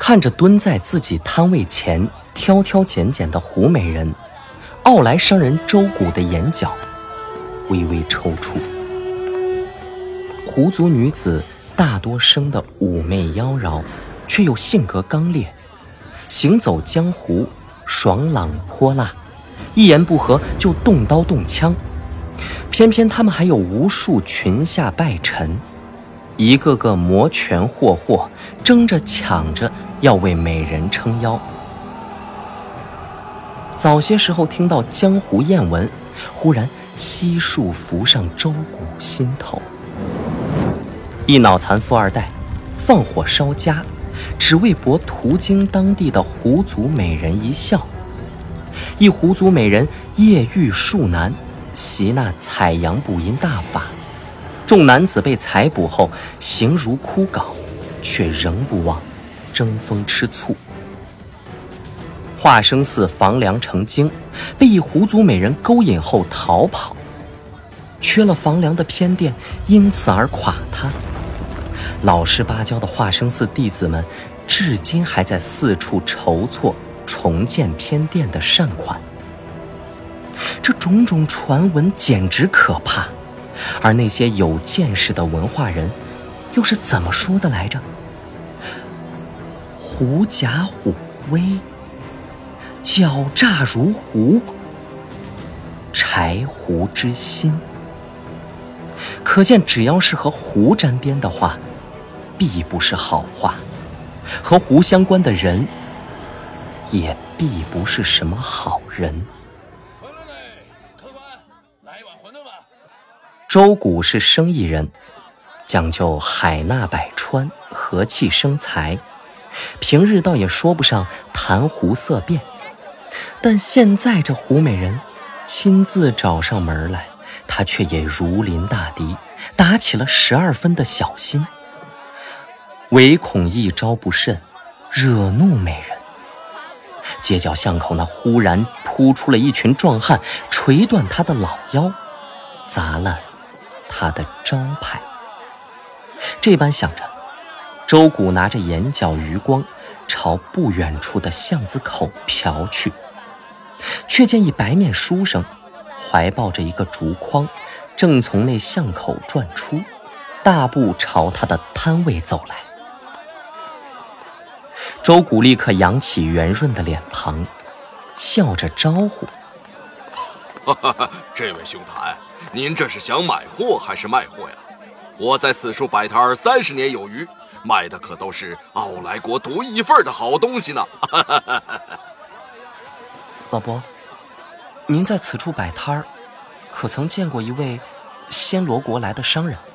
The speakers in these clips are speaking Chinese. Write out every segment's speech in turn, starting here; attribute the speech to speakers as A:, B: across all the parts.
A: 看着蹲在自己摊位前挑挑拣拣的胡美人，奥莱商人周谷的眼角微微抽搐。胡族女子大多生得妩媚妖娆，却又性格刚烈，行走江湖爽朗泼辣，一言不合就动刀动枪。偏偏他们还有无数裙下败臣，一个个摩拳霍霍，争着抢着要为美人撑腰。早些时候听到江湖艳闻，忽然悉数浮上周谷心头。一脑残富二代放火烧家，只为博途经当地的胡族美人一笑。一胡族美人夜遇庶男，习那采阳补阴大法，众男子被采捕后形如枯槁，却仍不忘争风吃醋。华生寺房梁成精，被一胡族美人勾引后逃跑，缺了房梁的偏殿因此而垮塌。老实巴交的华生寺弟子们至今还在四处筹措重建偏殿的善款。这种种传闻简直可怕，而那些有见识的文化人又是怎么说的来着？狐假虎威，狡诈如狐，豺狐之心。可见只要是和狐沾边的话，必不是好话，和狐相关的人也必不是什么好人。
B: 馄饨嘞，客官，来一碗馄饨吧。
A: 周谷是生意人，讲究海纳百川，和气生财，平日倒也说不上谈胡色变，但现在这胡美人亲自找上门来，他却也如临大敌，打起了12分的小心，唯恐一招不慎惹怒美人。街角巷口那忽然扑出了一群壮汉，锤断他的老腰，砸烂他的招牌。这般想着，周谷拿着眼角余光朝不远处的巷子口瞟去，却见一白面书生怀抱着一个竹筐，正从那巷口转出，大步朝他的摊位走来。周谷立刻扬起圆润的脸庞，笑着招呼：
B: 这位兄台，您这是想买货还是卖货呀？我在此处摆摊30年有余，卖的可都是奥莱国独一份的好东西呢。
A: 老伯，您在此处摆摊儿，可曾见过一位暹罗国来的商人？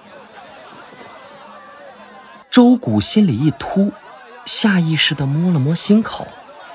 A: 周谷心里一突，下意识地摸了摸心口。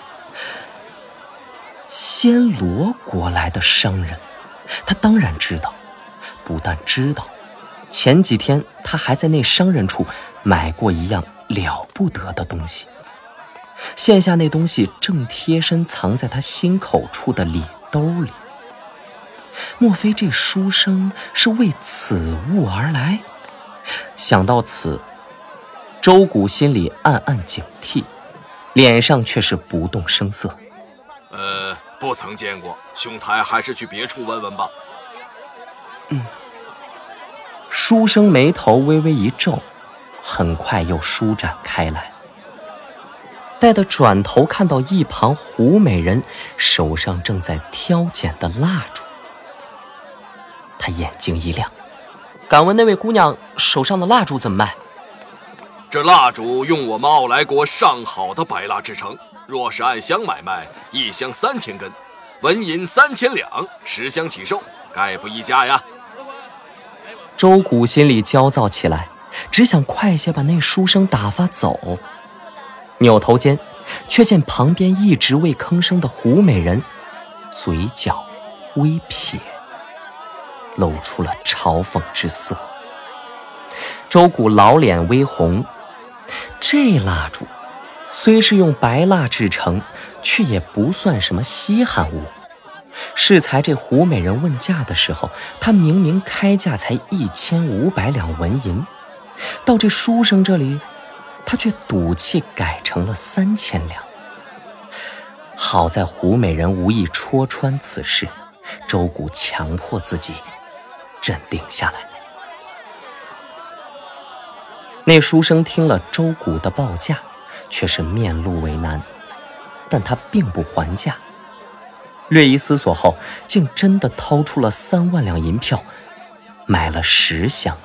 A: 暹罗国来的商人，他当然知道，不但知道，前几天他还在那商人处买过一样了不得的东西。现下那东西正贴身藏在他心口处的里兜里。莫非这书生是为此物而来？想到此，周谷心里暗暗警惕，脸上却是不动声色。
B: 不曾见过，兄台还是去别处问问吧。
A: 书生眉头微微一皱，很快又舒展开来。待他转头看到一旁胡美人手上正在挑拣的蜡烛，他眼睛一亮，敢问那位姑娘手上的蜡烛怎么卖？
B: 这蜡烛用我们奥莱国上好的白蜡制成，若是按箱买卖，一箱3000根，纹银3000两，10箱起售，概不一价呀。
A: 周谷心里焦躁起来，只想快些把那书生打发走。扭头间，却见旁边一直未吭声的胡美人嘴角微撇，露出了嘲讽之色。周谷老脸微红，这蜡烛虽是用白蜡制成，却也不算什么稀罕物。适才这胡美人问价的时候，他明明开价才1500两纹银，到这书生这里他却赌气改成了3000两。好在胡美人无意戳穿此事，周谷强迫自己镇定下来。那书生听了周谷的报价，却是面露为难，但他并不还价。略一思索后，竟真的掏出了3万两银票，买了10箱。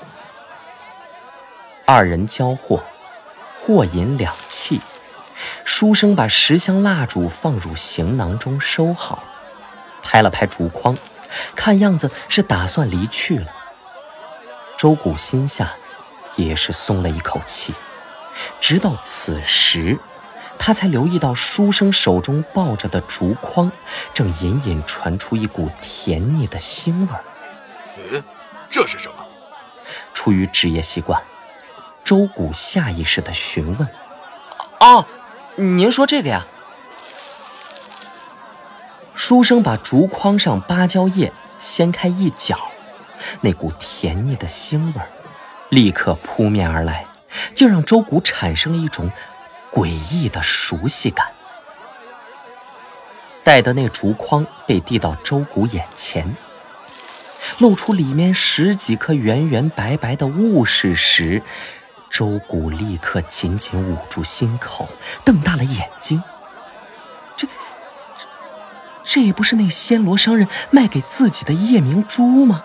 A: 二人交货，货银2讫。书生把10箱蜡烛放入行囊中收好，拍了拍竹筐，看样子是打算离去了。周谷心下也是松了一口气，直到此时他才留意到书生手中抱着的竹筐正隐隐传出一股甜腻的腥味。
B: 这是什么？
A: 出于职业习惯，周谷下意识地询问。
C: 哦，您说这个呀？
A: 书生把竹筐上芭蕉叶掀开一角，那股甜腻的腥味立刻扑面而来，竟让周谷产生了一种诡异的熟悉感。待得那竹筐被递到周谷眼前，露出里面10几颗圆圆白白的物事时，周谷立刻紧紧捂住心口，瞪大了眼睛。这不是那暹罗商人卖给自己的夜明珠吗？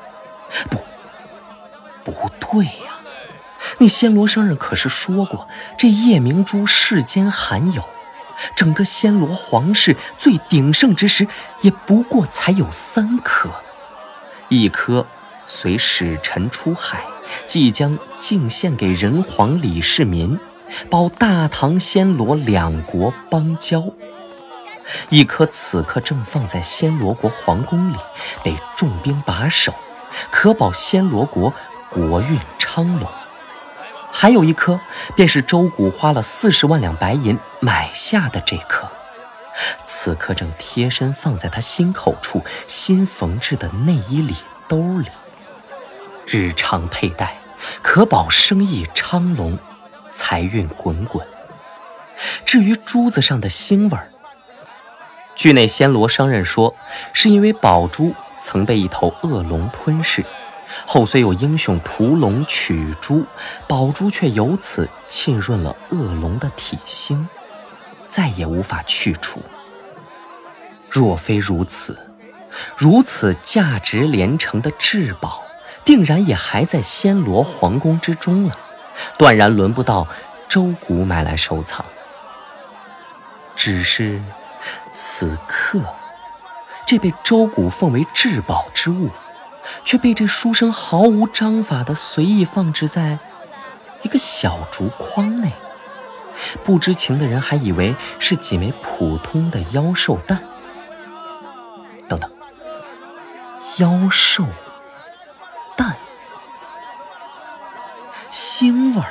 A: 不对呀，那暹罗商人可是说过，这夜明珠世间罕有，整个暹罗皇室最鼎盛之时也不过才有3颗，一颗随使臣出海，即将进献给仁皇李世民，保大唐暹罗2国邦交；一颗此刻正放在暹罗国皇宫里，被重兵把守，可保暹罗国国运昌隆；还有一颗便是周谷花了40万两白银买下的这颗，此刻正贴身放在他心口处新缝制的内衣里兜里，日常佩戴，可保生意昌隆，财运滚滚。至于珠子上的腥味，据那暹罗商人说，是因为宝珠曾被一头恶龙吞噬，后虽有英雄屠龙取珠，宝珠却由此浸润了恶龙的体腥，再也无法去除。若非如此价值连城的至宝，定然也还在暹罗皇宫之中了，断然轮不到周谷买来收藏。只是此刻，这被周谷奉为至宝之物，却被这书生毫无章法地随意放置在一个小竹筐内。不知情的人还以为是几枚普通的妖兽蛋。等等，妖兽蛋，腥味儿。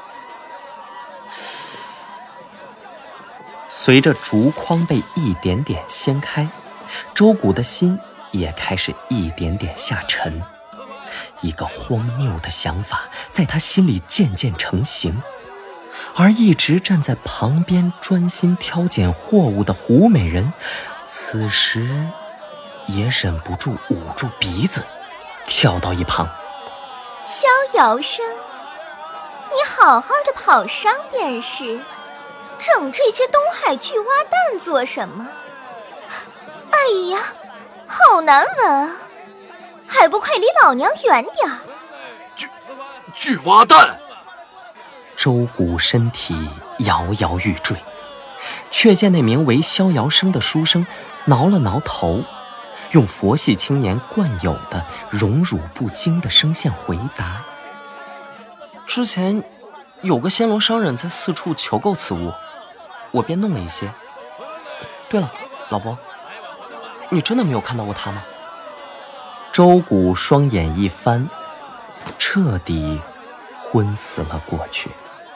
A: 随着竹筐被一点点掀开，周谷的心也开始一点点下沉。一个荒谬的想法在他心里渐渐成型，而一直站在旁边专心挑拣货物的胡美人，此时也忍不住捂住鼻子，跳到一旁。
D: 逍遥生，你好好的跑商便是，整这些东海巨蛙蛋做什么？哎呀，好难闻啊，还不快离老娘远点儿！
B: 巨蛙蛋！
A: 周谷身体摇摇欲坠，却见那名为逍遥生的书生挠了挠头，用佛系青年惯有的荣辱不惊的声线回答：
C: 之前有个暹罗商人在四处求购此物，我便弄了一些。对了，老伯，你真的没有看到过他吗？
A: 周谷双眼一翻，彻底昏死了过去。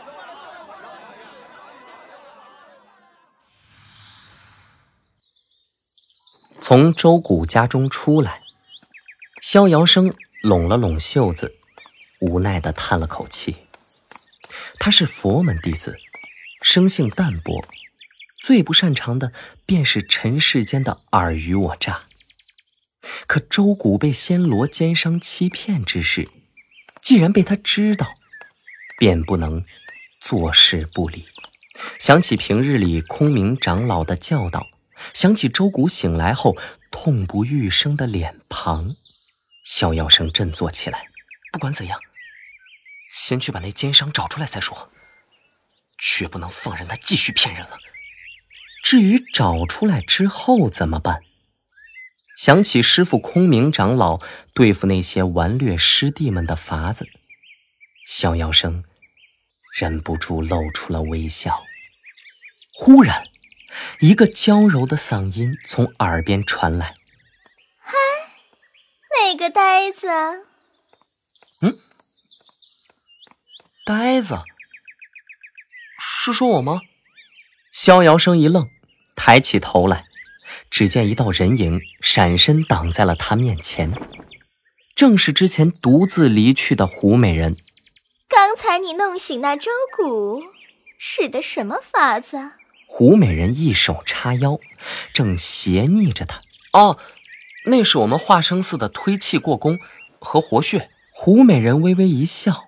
A: 从周谷家中出来，逍遥生拢了拢袖子，无奈地叹了口气。 他是佛门弟子，生性淡薄，最不擅长的便是尘世间的尔虞我诈。可周谷被暹罗奸商欺骗之事，既然被他知道，便不能坐视不理。想起平日里空明长老的教导，想起周谷醒来后痛不欲生的脸庞，逍遥生振作起来。
C: 不管怎样，先去把那奸商找出来再说，绝不能放任他继续骗人了。
A: 至于找出来之后怎么办？想起师父空明长老对付那些顽劣师弟们的法子，逍遥生忍不住露出了微笑。忽然，一个娇柔的嗓音从耳边传来：“
D: 嗨，那个呆子。”
C: 呆子？是说我吗？
A: 逍遥生一愣，抬起头来，只见一道人影闪身挡在了他面前，正是之前独自离去的胡美人。
D: 刚才你弄醒那周谷，使的什么法子？
A: 胡美人一手叉腰，正斜睨着他。
C: 哦，那是我们化生寺的推气过功和活血。
A: 胡美人微微一笑，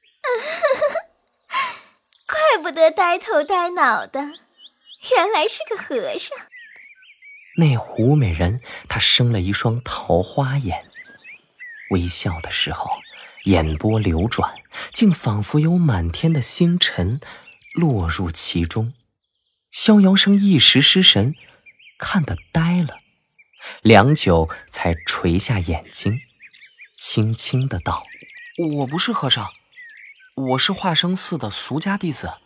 D: 怪不得呆头呆脑的，原来是个和尚。
A: 那胡美人她生了一双桃花眼，微笑的时候眼波流转，竟仿佛有满天的星辰落入其中。逍遥生一时失神，看得呆了，良久才垂下眼睛，轻轻地道：“
C: 我不是和尚，我是化生寺的俗家弟子。”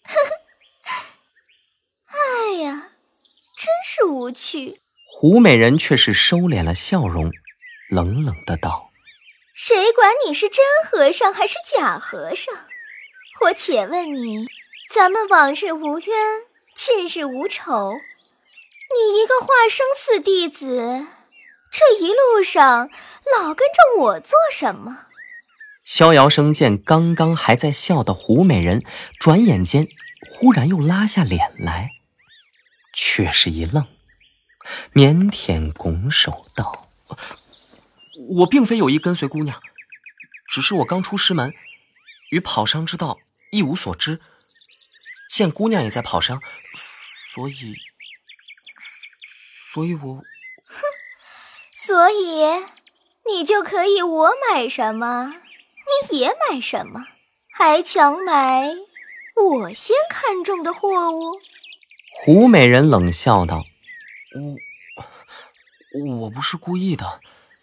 D: 哎呀，真是无趣。
A: 胡美人却是收敛了笑容，冷冷地道：“
D: 谁管你是真和尚还是假和尚？我且问你，咱们往日无冤，近日无仇，你一个化生寺弟子，这一路上老跟着我做什么？”
A: 逍遥生见刚刚还在笑的胡美人，转眼间忽然又拉下脸来，却是一愣，腼腆拱手道：“
C: 我并非有意跟随姑娘，只是我刚出师门，与跑商之道一无所知，见姑娘也在跑商，所以我……
D: 所以你就可以我买什么你也买什么，还强买我先看中的货物？”
A: 胡美人冷笑道：“
C: 我不是故意的。”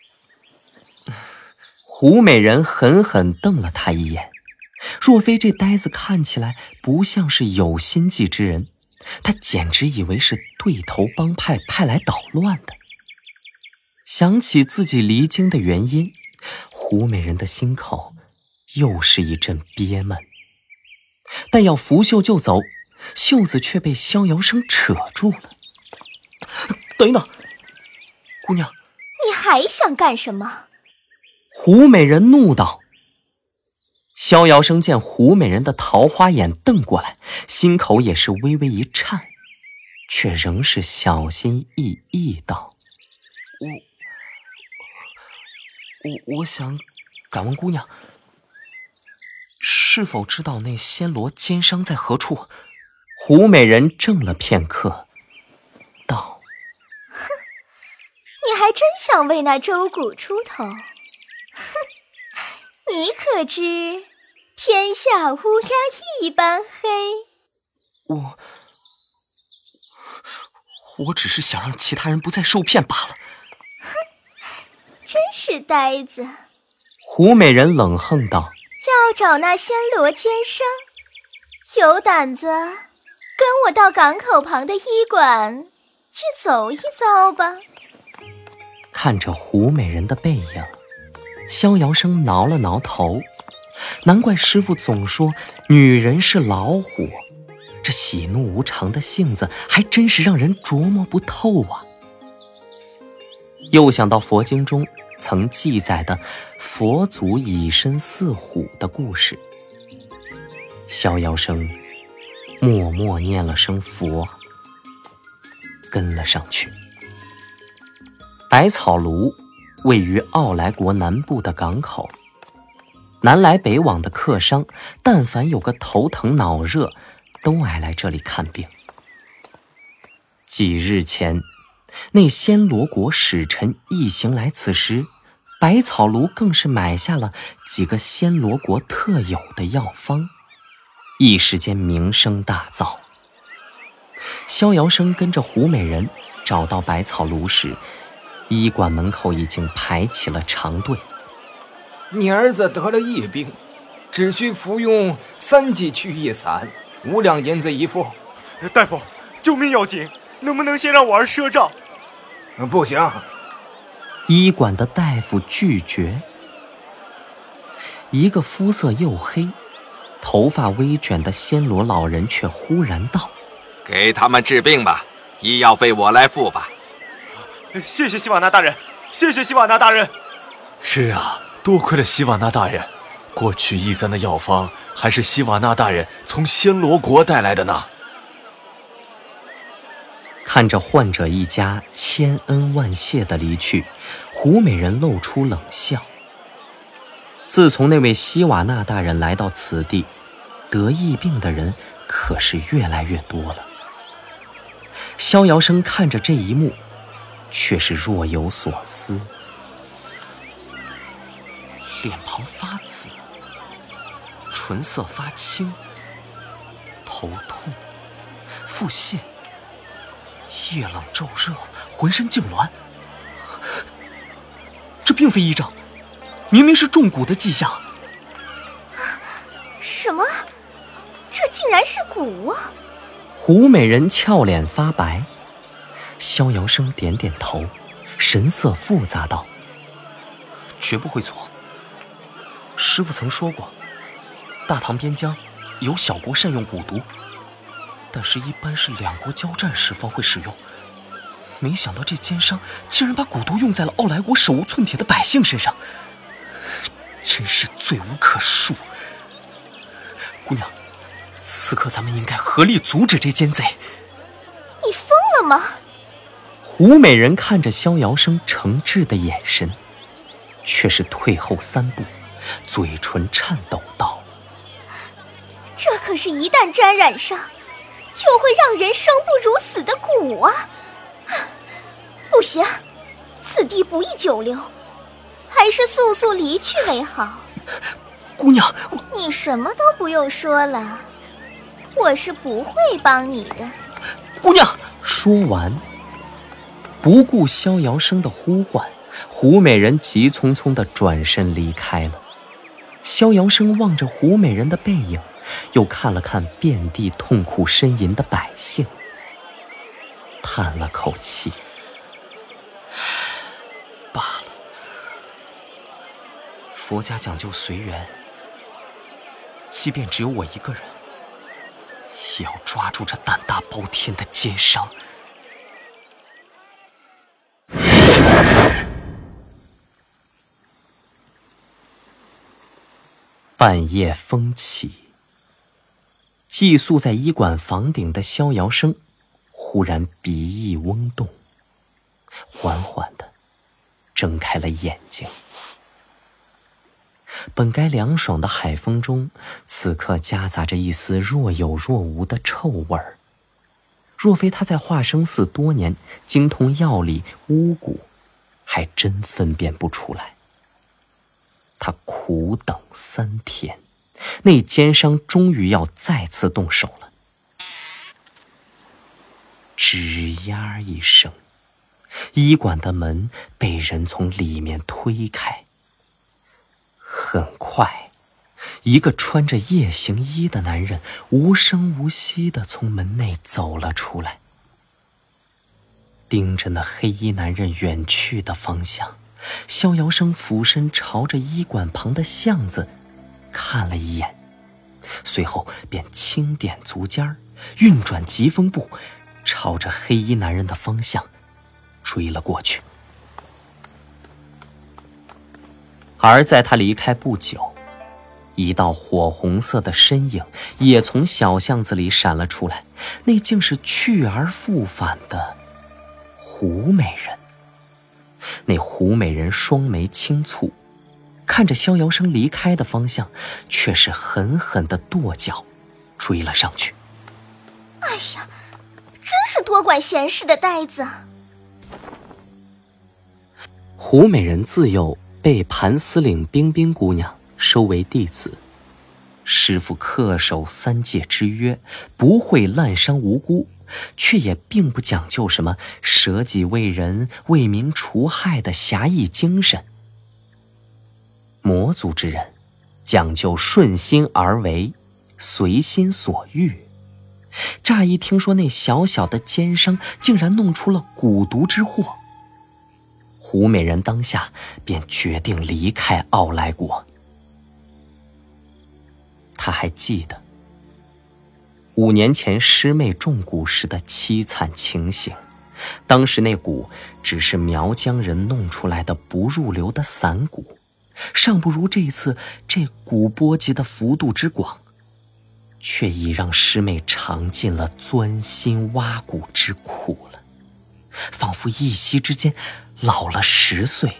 A: 胡美人狠狠瞪了他一眼，若非这呆子看起来不像是有心计之人，他简直以为是对头帮派派来捣乱的。想起自己离京的原因，胡美人的心口又是一阵憋闷，但要拂袖就走，袖子却被逍遥生扯住了。
C: “等一等，姑娘，
D: 你还想干什么？”
A: 胡美人怒道。逍遥生见胡美人的桃花眼瞪过来，心口也是微微一颤，却仍是小心翼翼道：“
C: 我想敢问姑娘，是否知道那暹罗奸商在何处？”
A: 胡美人怔了片刻，道：“
D: 哼，你还真想为那周谷出头？哼，你可知天下乌鸦一般黑？”
C: 我只是想让其他人不再受骗罢了。
D: 哼，真是呆子。
A: 胡美人冷哼道：“
D: 要找那暹罗奸商，有胆子跟我到港口旁的医馆去走一遭吧。”
A: 看着胡美人的背影，逍遥生挠了挠头，难怪师父总说女人是老虎，这喜怒无常的性子还真是让人琢磨不透啊。又想到佛经中曾记载的佛祖以身饲虎的故事， 逍遥生默默念了声佛，跟了上去。百草炉位于奥莱国南部的港口，南来北往的客商，但凡有个头疼脑热，都爱来这里看病。几日前，那暹罗国使臣一行来此时，百草炉更是买下了几个暹罗国特有的药方，一时间名声大噪。逍遥生跟着胡美人找到百草炉时，医馆门口已经排起了长队。
E: 你儿子得了疫病，只需服用3剂去疫散，5两银子一副。
F: 大夫，救命要紧，能不能先让我儿赊账？
E: 不行。
A: 医馆的大夫拒绝。一个肤色黝黑、头发微卷的暹罗老人却忽然道：
B: 给他们治病吧，医药费我来付吧。
F: 谢谢希瓦纳大人，谢谢希瓦纳大人。
G: 是啊，多亏了希瓦纳大人，过去医簪的药方还是希瓦纳大人从暹罗国带来的呢。
A: 看着患者一家千恩万谢的离去，胡美人露出冷笑。自从那位希瓦纳大人来到此地，得疫病的人可是越来越多了。逍遥生看着这一幕，却是若有所思。
C: 脸庞发紫，唇色发青，头痛，腹泻，夜冷昼热，浑身痉挛。这并非癔症，明明是中蛊的迹象。
D: 什么？这竟然是蛊啊！
A: 胡美人俏脸发白，逍遥生点点头，神色复杂道：
C: 绝不会错。师父曾说过，大唐边疆有小国善用蛊毒，但是一般是2国交战时方会使用。没想到这奸商竟然把蛊毒用在了奥莱国手无寸铁的百姓身上，真是罪无可恕。姑娘，此刻咱们应该合力阻止这奸贼。
D: 你疯了吗？
A: 胡美人看着逍遥生诚挚的眼神，却是退后3步，嘴唇颤抖道：
D: 这可是一旦沾染上，就会让人生不如死的蛊啊！不行，此地不宜久留，还是速速离去为好。
C: 姑娘，
D: 你什么都不用说了，我是不会帮你的。
C: 姑娘，
A: 说完，不顾逍遥生的呼唤，胡美人急匆匆地转身离开了。逍遥生望着胡美人的背影，又看了看遍地痛苦呻吟的百姓，叹了口气。
C: 罢了，佛家讲究随缘，即便只有我一个人，也要抓住这胆大包天的奸商。
A: 半夜风起，寄宿在医馆房顶的逍遥生忽然鼻翼嗡动，缓缓地睁开了眼睛。本该凉爽的海风中，此刻夹杂着一丝若有若无的臭味儿。若非他在化生寺多年，精通药理巫蛊，还真分辨不出来。他苦等3天，那奸商终于要再次动手了。吱呀一声，医馆的门被人从里面推开。很快，一个穿着夜行衣的男人无声无息地从门内走了出来，盯着那黑衣男人远去的方向，逍遥生俯身朝着医馆旁的巷子看了一眼，随后便轻点足尖，运转疾风步，朝着黑衣男人的方向追了过去。而在他离开不久， 一道火红色的身影也从小巷子里闪了出来，那竟是去而复返的胡美人。那胡美人双眉轻蹙，看着逍遥生离开的方向，却是狠狠地跺脚追了上去。
D: 哎呀，真是多管闲事的呆子！
A: 胡美人自幼被盘丝岭冰冰姑娘收为弟子，师父恪守3戒之约，不会滥伤无辜，却也并不讲究什么舍己为人、为民除害的侠义精神。魔族之人讲究顺心而为，随心所欲。乍一听说那小小的奸商竟然弄出了蛊毒之祸，胡美人当下便决定离开傲来国。她还记得5年前师妹中蛊时的凄惨情形，当时那蛊只是苗疆人弄出来的不入流的散蛊，尚不如这次这蛊波及的幅度之广，却已让师妹尝尽了钻心挖骨之苦了，仿佛一夕之间老了10岁。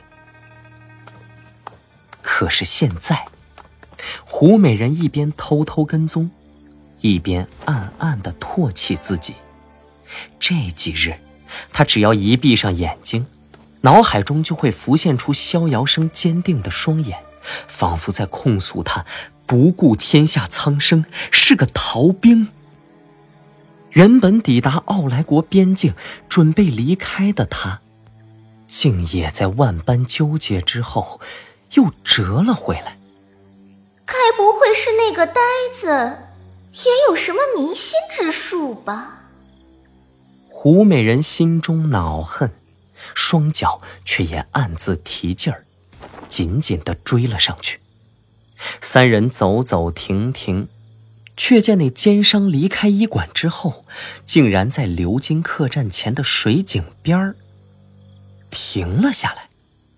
A: 可是现在，胡美人一边偷偷跟踪，一边暗暗地唾弃自己。这几日，她只要一闭上眼睛，脑海中就会浮现出逍遥生坚定的双眼，仿佛在控诉他不顾天下苍生，是个逃兵。原本抵达傲来国边境准备离开的他，竟也在万般纠结之后又折了回来。
D: 该不会是那个呆子也有什么迷心之术吧？
A: 胡美人心中恼恨，双脚却也暗自提劲儿，紧紧地追了上去。3人走走停停，却见那奸商离开医馆之后，竟然在流金客栈前的水井边停了下来。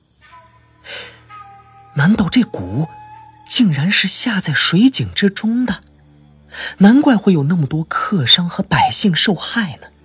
A: 难道这蛊竟然是下在水井之中的？难怪会有那么多客商和百姓受害呢。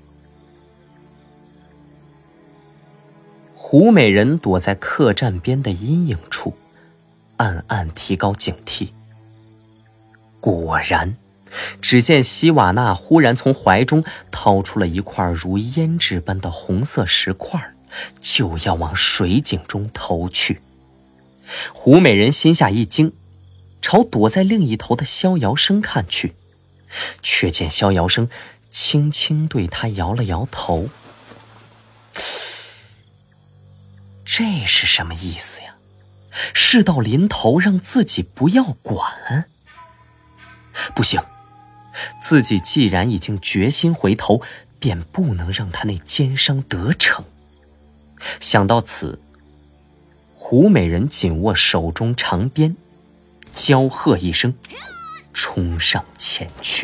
A: 胡美人躲在客栈边的阴影处，暗暗提高警惕。果然，只见希瓦纳忽然从怀中掏出了一块如胭脂般的红色石块，就要往水井中投去。胡美人心下一惊，朝躲在另一头的逍遥生看去，却见逍遥生轻轻对他摇了摇头。这是什么意思呀？事到临头让自己不要管？不行，自己既然已经决心回头，便不能让他那奸商得逞。想到此，胡美人紧握手中长鞭，娇喝一声，冲上前去。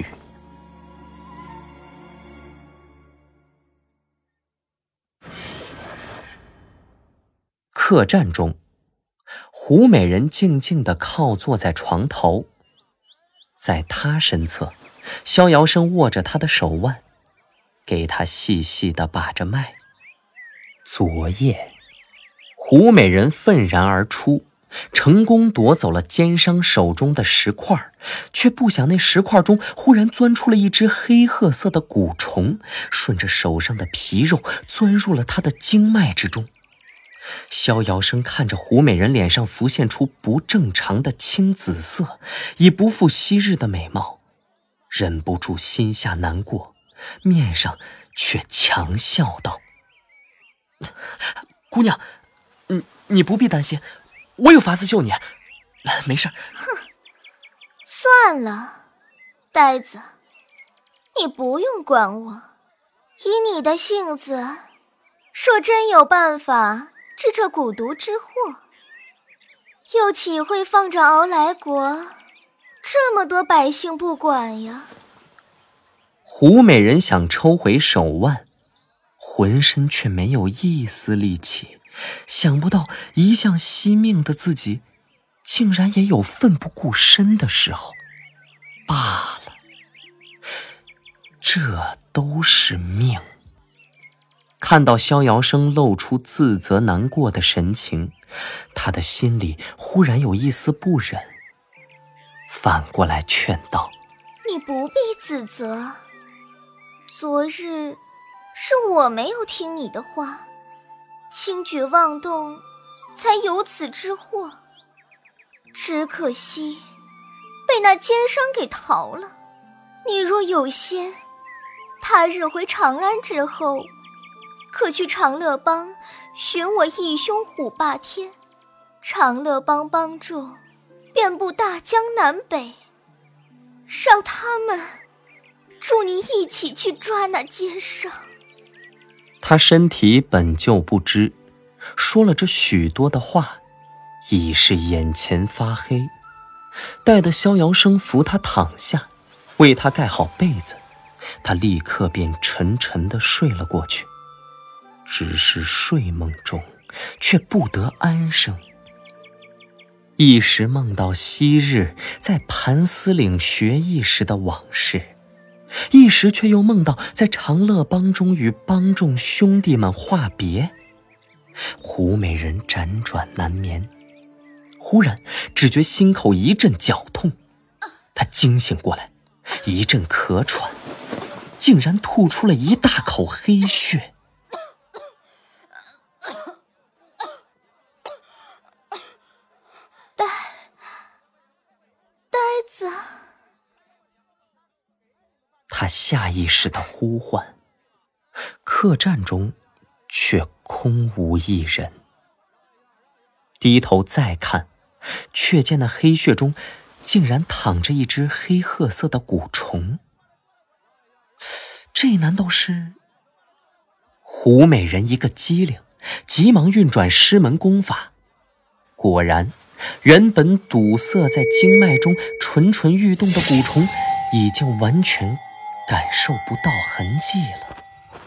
A: 客栈中，胡美人静静地靠坐在床头，在她身侧，逍遥生握着她的手腕，给她细细地把着脉。昨夜，胡美人愤然而出，成功夺走了奸商手中的石块，却不想那石块中忽然钻出了一只黑褐色的蛊虫，顺着手上的皮肉钻入了她的经脉之中。逍遥生看着胡美人脸上浮现出不正常的青紫色，已不复昔日的美貌，忍不住心下难过，面上却强笑道：
C: 姑娘，你不必担心，我有法子救你，没事。
D: 哼，算了，呆子，你不用管我。以你的性子，若真有办法治这蛊毒之祸，又岂会放着傲来国这么多百姓不管呀？
A: 胡美人想抽回手腕，浑身却没有一丝力气，想不到一向惜命的自己竟然也有奋不顾身的时候。罢了，这都是命。看到逍遥生露出自责难过的神情，他的心里忽然有一丝不忍，反过来劝道：
D: 你不必自责，昨日是我没有听你的话，轻举妄动，才有此之祸。只可惜被那奸商给逃了。你若有心，他日回长安之后，可去长乐帮寻我义兄虎霸天，长乐帮帮众遍布大江南北，让他们助你一起去抓那奸商。
A: 他身体本就不支，说了这许多的话，已是眼前发黑。待得逍遥生扶他躺下，为他盖好被子，他立刻便沉沉地睡了过去。只是睡梦中却不得安生，一时梦到昔日在盘丝岭学艺时的往事，一时却又梦到在长乐帮中与帮众兄弟们话别。胡美人辗转难眠，忽然只觉心口一阵绞痛，她惊醒过来，一阵咳喘，竟然吐出了一大口黑血。
D: 呆子，
A: 他下意识地呼唤，客栈中却空无一人。低头再看，却见那黑血中竟然躺着一只黑褐色的蛊虫。这难道是……胡美人一个机灵，急忙运转师门功法，果然原本堵塞在经脉中蠢蠢欲动的蛊虫已经完全感受不到痕迹了。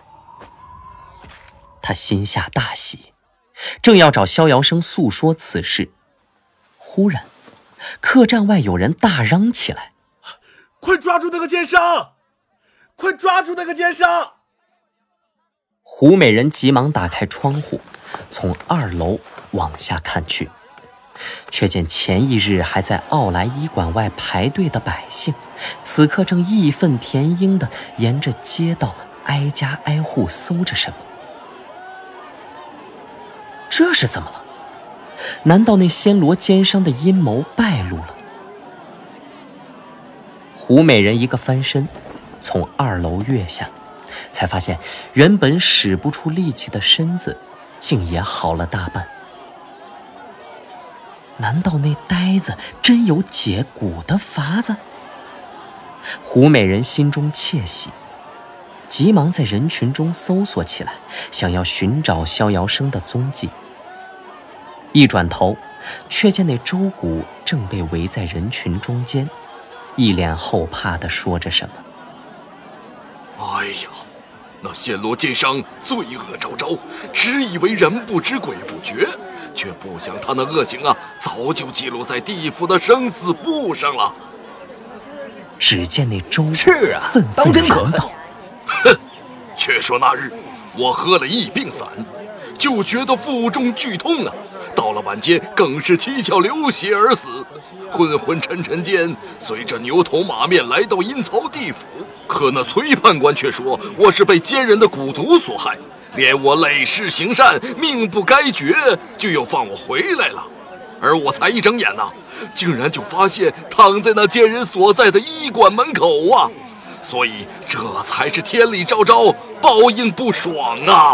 A: 他心下大喜，正要找逍遥生诉说此事，忽然客栈外有人大嚷起来：
H: 快抓住那个奸商！快抓住那个奸商！
A: 胡美人急忙打开窗户，从2楼往下看去，却见前一日还在奥莱医馆外排队的百姓，此刻正义愤填膺地沿着街道挨家挨户搜着什么。这是怎么了？难道那暹罗奸商的阴谋败露了？胡美人一个翻身，从2楼跃下，才发现原本使不出力气的身子竟也好了大半。难道那呆子真有解蛊的法子？胡美人心中窃喜，急忙在人群中搜索起来，想要寻找逍遥生的踪迹。一转头，却见那周谷正被围在人群中间，一脸后怕地说着什么。
B: 哎呀，那暹罗奸商罪恶昭昭，只以为人不知鬼不觉，却不想他那恶行早就记录在地府的生死簿上了。
A: 只见那周
E: 是啊，
A: 愤愤然道：
B: 哼，却说那日我喝了疫病散，就觉得腹中剧痛到了晚间更是七窍流血而死，昏昏沉沉间随着牛头马面来到阴曹地府，可那崔判官却说我是被奸人的蛊毒所害，连我累世行善命不该绝，就又放我回来了。而我才一睁眼竟然就发现躺在那奸人所在的医馆门口所以这才是天理昭昭，报应不爽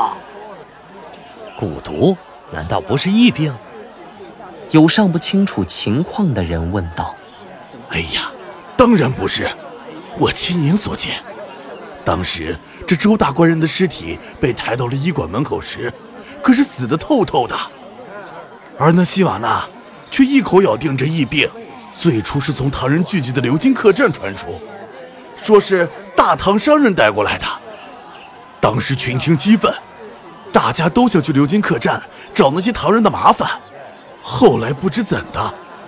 I: 蛊毒难道不是疫病？
A: 有尚不清楚情况的人问道。
H: 哎呀，当然不是，我亲眼所见。当时这周大官人的尸体被抬到了医馆门口时，可是死得透透的，而那希瓦纳却一口咬定这疫病最初是从唐人聚集的流金客栈传出，说是大唐商人带过来的。当时群情激愤，大家都想去流金客栈找那些唐人的麻烦。后来不知怎的，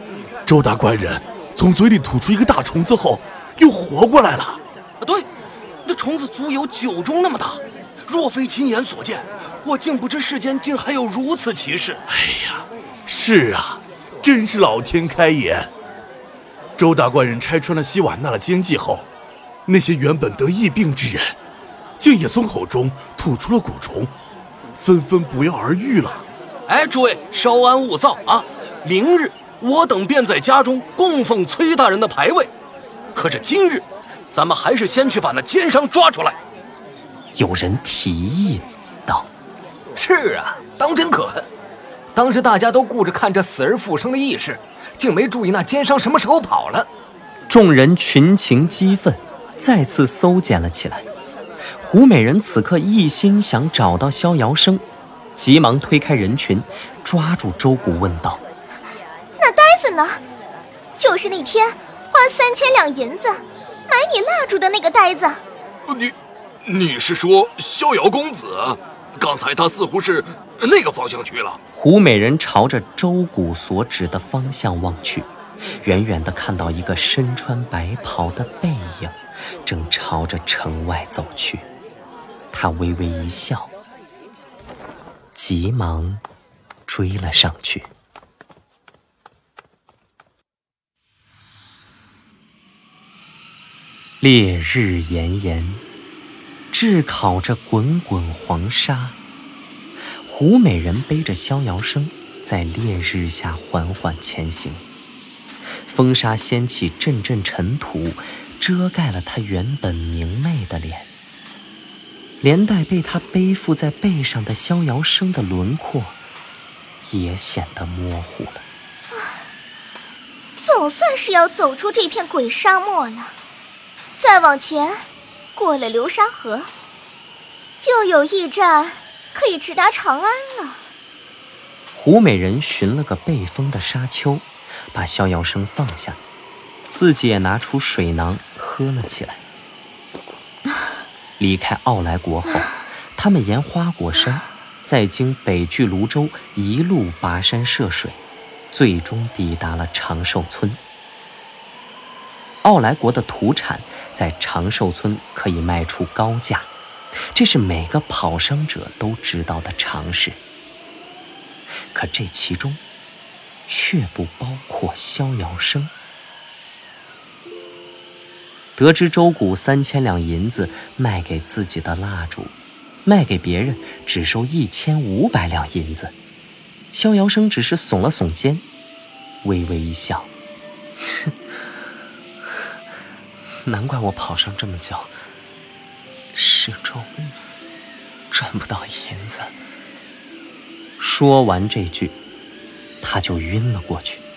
H: 周大官人从嘴里吐出一个大虫子后，又活过来了。
C: 对，那虫子足有9中那么大，若非亲眼所见，我竟不知世间竟还有如此奇事。
H: 哎呀，是啊，真是老天开眼。周大官人拆穿了希瓦纳的奸计后，那些原本得疫病之人，竟也从口中吐出了蛊虫，纷纷不药而愈了。
C: 哎，诸位稍安勿躁啊！明日我等便在家中供奉崔大人的牌位。可是今日，咱们还是先去把那奸商抓出来。
A: 有人提议道：“
E: 是啊，当真可恨。当时大家都顾着看这死而复生的义士，竟没注意那奸商什么时候跑了。”
A: 众人群情激愤，再次搜检了起来。胡美人此刻一心想找到逍遥生，急忙推开人群，抓住周谷问道：“
D: 那呆子呢？就是那天花3000两银子买你蜡烛的那个呆子。”
B: 你是说逍遥公子？刚才他似乎是那个方向去了。
A: 胡美人朝着周谷所指的方向望去，远远地看到一个身穿白袍的背影正朝着城外走去。她微微一笑，急忙追了上去。烈日炎炎，炙烤着滚滚黄沙。胡美人背着逍遥生在烈日下缓缓前行，风沙掀起阵阵尘土，遮盖了她原本明媚的脸，连带被她背负在背上的逍遥生的轮廓也显得模糊了。
D: 总算是要走出这片鬼沙漠了。再往前，过了流沙河，就有驿站可以直达长安了。
A: 胡美人寻了个背风的沙丘，把逍遥生放下，自己也拿出水囊喝了起来。离开傲来国后，他们沿花果山，再经北距泸州，一路跋山涉水，最终抵达了长寿村。傲来国的土产在长寿村可以卖出高价，这是每个跑商者都知道的常识。可这其中却不包括逍遥生。得知周谷3000两银子卖给自己的蜡烛，卖给别人只收1500两银子，逍遥生只是耸了耸肩，微微一笑：“难怪我跑上这么久，始终赚不到银子。”说完这句，他就晕了过去。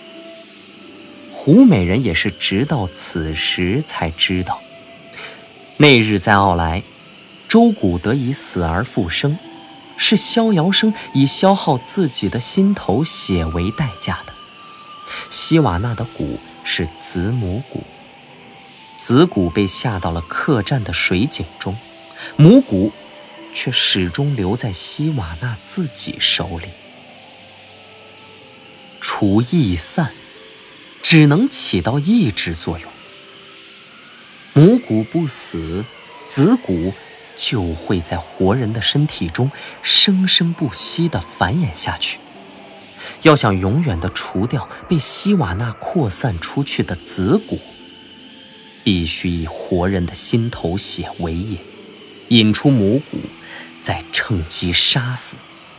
A: 胡美人也是直到此时才知道，那日在奥莱，周谷得以死而复生，是逍遥生以消耗自己的心头血为代价的。希瓦纳的蛊是子母蛊，子蛊被下到了客栈的水井中，母蛊却始终留在希瓦纳自己手里。除役散，只能起到抑制作用。母蛊不死，子蛊就会在活人的身体中生生不息地繁衍下去。要想永远地除掉被希瓦纳扩散出去的子蛊，必须以活人的心头血为引，引出母蛊，再趁机杀死。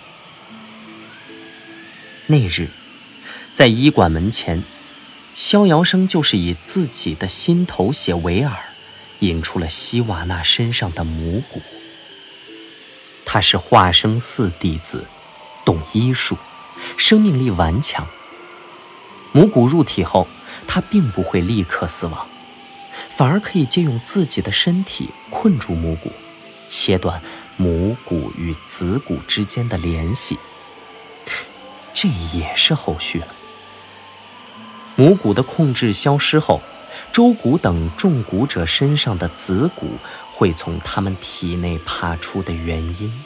A: 那日在医馆门前，逍遥生就是以自己的心头血为饵，引出了希瓦纳身上的母蛊。他是化生寺弟子，懂医术，生命力顽强。母蛊入体后，他并不会立刻死亡，反而可以借用自己的身体困住母蛊，切断母蛊与子蛊之间的联系。这也是后续了。母蛊的控制消失后，周蛊等中蛊者身上的子蛊会从他们体内爬出的原因。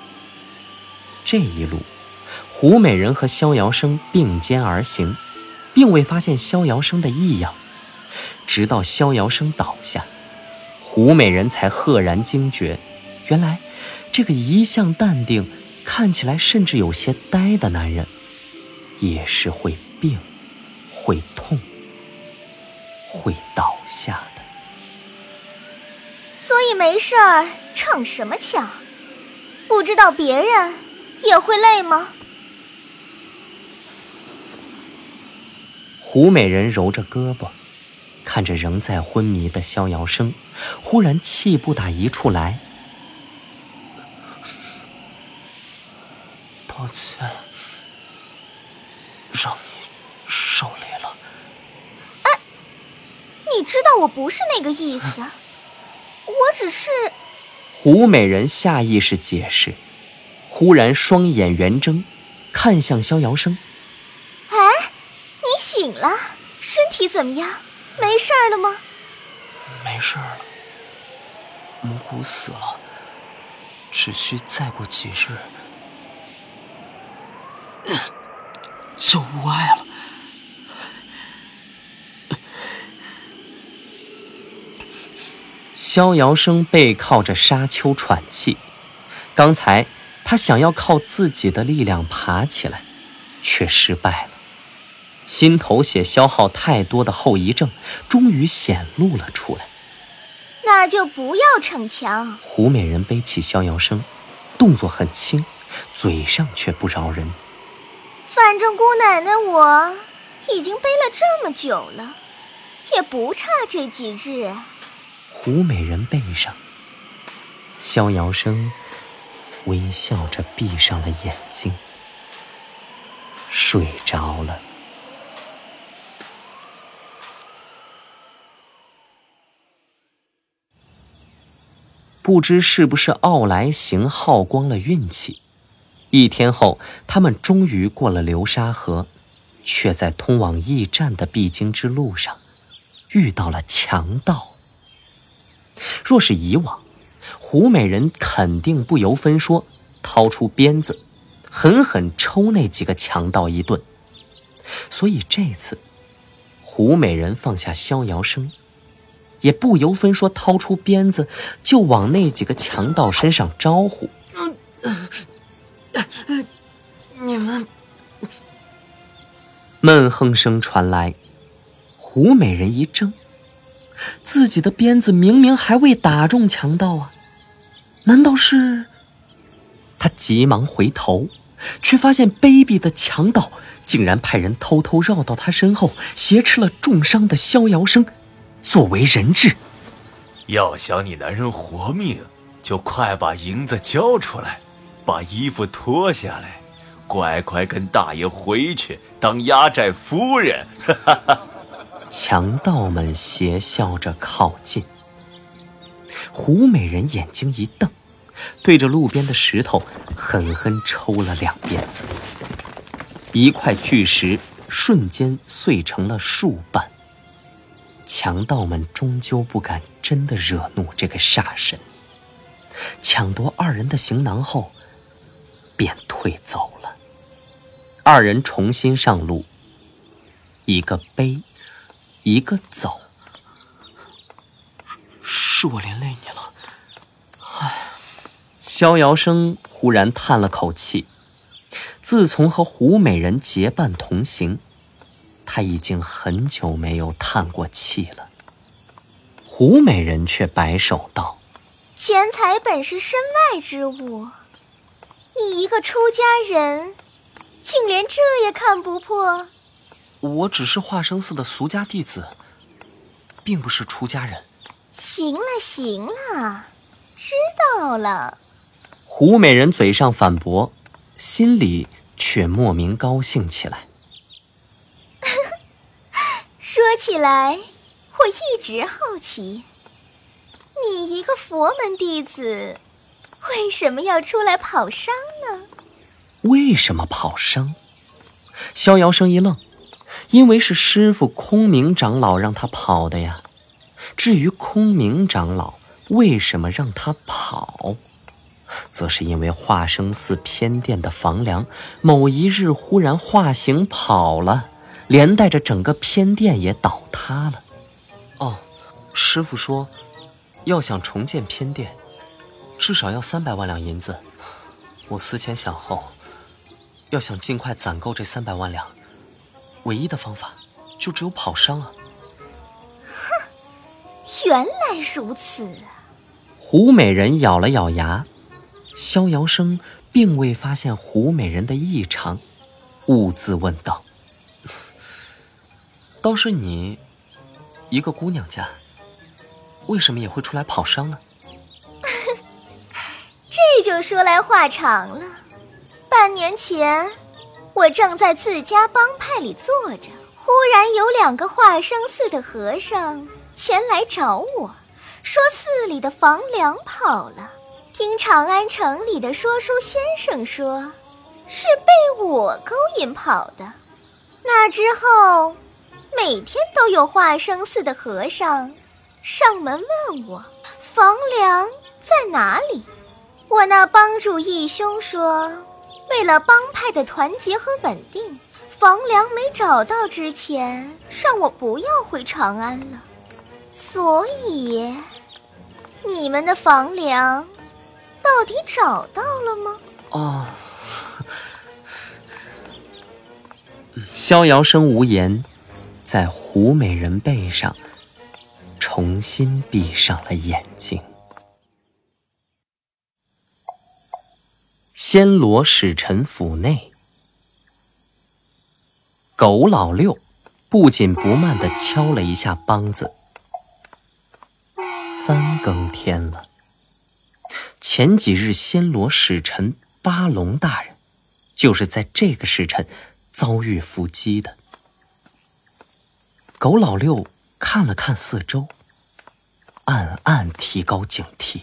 A: 这一路，胡美人和逍遥生并肩而行， 并未发现逍遥生的异样。直到逍遥生倒下，胡美人才赫然惊觉，原来这个一向淡定，看起来甚至有些呆的男人，也是会病、会痛、会倒下的。
D: 所以没事儿逞什么强？不知道别人也会累吗？
A: 胡美人揉着胳膊，看着仍在昏迷的逍遥生，忽然气不打一处来。
C: 抱歉，让你受累了。
D: 哎，你知道我不是那个意思，我只是……
A: 胡美人下意识解释，忽然双眼圆睁，看向逍遥生。
D: 哎，你醒了，身体怎么样？没事了吗？
C: 没事了，蘑菇死了，只需再过几日就无碍了。
A: 逍遥生背靠着沙丘喘气，刚才他想要靠自己的力量爬起来，却失败了。心头血消耗太多的后遗症终于显露了出来。
D: 那就不要逞强。
A: 胡美人背起逍遥生，动作很轻，嘴上却不饶人。
D: 反正姑奶奶我已经背了这么久了，也不差这几日。
A: 胡美人背上，逍遥生微笑着闭上了眼睛，睡着了。不知是不是傲来行耗光了运气，1天后，他们终于过了流沙河，却在通往驿站的必经之路上遇到了强盗。若是以往，胡美人肯定不由分说掏出鞭子狠狠抽那几个强盗一顿，所以这次胡美人放下逍遥生，也不由分说掏出鞭子就往那几个强盗身上招呼。
C: 你们……
A: 闷哼声传来，胡美人一怔，自己的鞭子明明还未打中强盗啊，难道是……他急忙回头，却发现卑鄙的强盗竟然派人偷偷绕到他身后，挟持了重伤的逍遥生作为人质。
G: 要想你男人活命，就快把银子交出来，把衣服脱下来，乖乖跟大爷回去当压寨夫人。
A: 强盗们邪笑着靠近，胡美人眼睛一瞪，对着路边的石头狠狠抽了2鞭子，一块巨石瞬间碎成了数瓣。强盗们终究不敢真的惹怒这个煞神，抢夺2人的行囊后便退走了。2人重新上路，一个背，一个走。
C: 是我连累你了，唉。
A: 逍遥生忽然叹了口气，自从和胡美人结伴同行，他已经很久没有叹过气了。胡美人却摆手道：
D: 钱财本是身外之物，你一个出家人竟连这也看不破。
C: 我只是华生寺的俗家弟子，并不是出家人。
D: 行了行了，知道了。
A: 胡美人嘴上反驳，心里却莫名高兴起来。
D: 说起来，我一直好奇，你一个佛门弟子，为什么要出来跑商呢？
A: 为什么跑商？逍遥生一愣，因为是师父空明长老让他跑的呀。至于空明长老为什么让他跑，则是因为华生寺偏殿的房梁某一日忽然化形跑了， 连带着整个偏殿也倒塌了。
C: 哦，师傅说，要想重建偏殿，至少要300万两银子。我思前想后，要想尽快攒够这300万两，唯一的方法就只有跑商啊！
D: 哼，原来如此啊！
A: 胡美人咬了咬牙，逍遥生并未发现胡美人的异常，兀自问道：“
C: 倒是你，一个姑娘家，为什么也会出来跑商呢？”
D: 这就说来话长了。半年前，我正在自家帮派里坐着，忽然有2个化生寺的和尚前来找我，说寺里的房梁跑了。听长安城里的说书先生说，是被我勾引跑的。那之后，每天都有化生寺的和尚上门问我房梁在哪里。我那帮主义兄说，为了帮派的团结和稳定，房梁没找到之前，让我不要回长安了。所以，你们的房梁到底找到了吗？
C: 哦，
A: 逍遥生无言，在胡美人背上重新闭上了眼睛。暹罗使臣府内，狗老六不紧不慢地敲了一下梆子。3更天了。前几日暹罗使臣巴龙大人就是在这个时辰遭遇伏击的。狗老六看了看四周，暗暗提高警惕。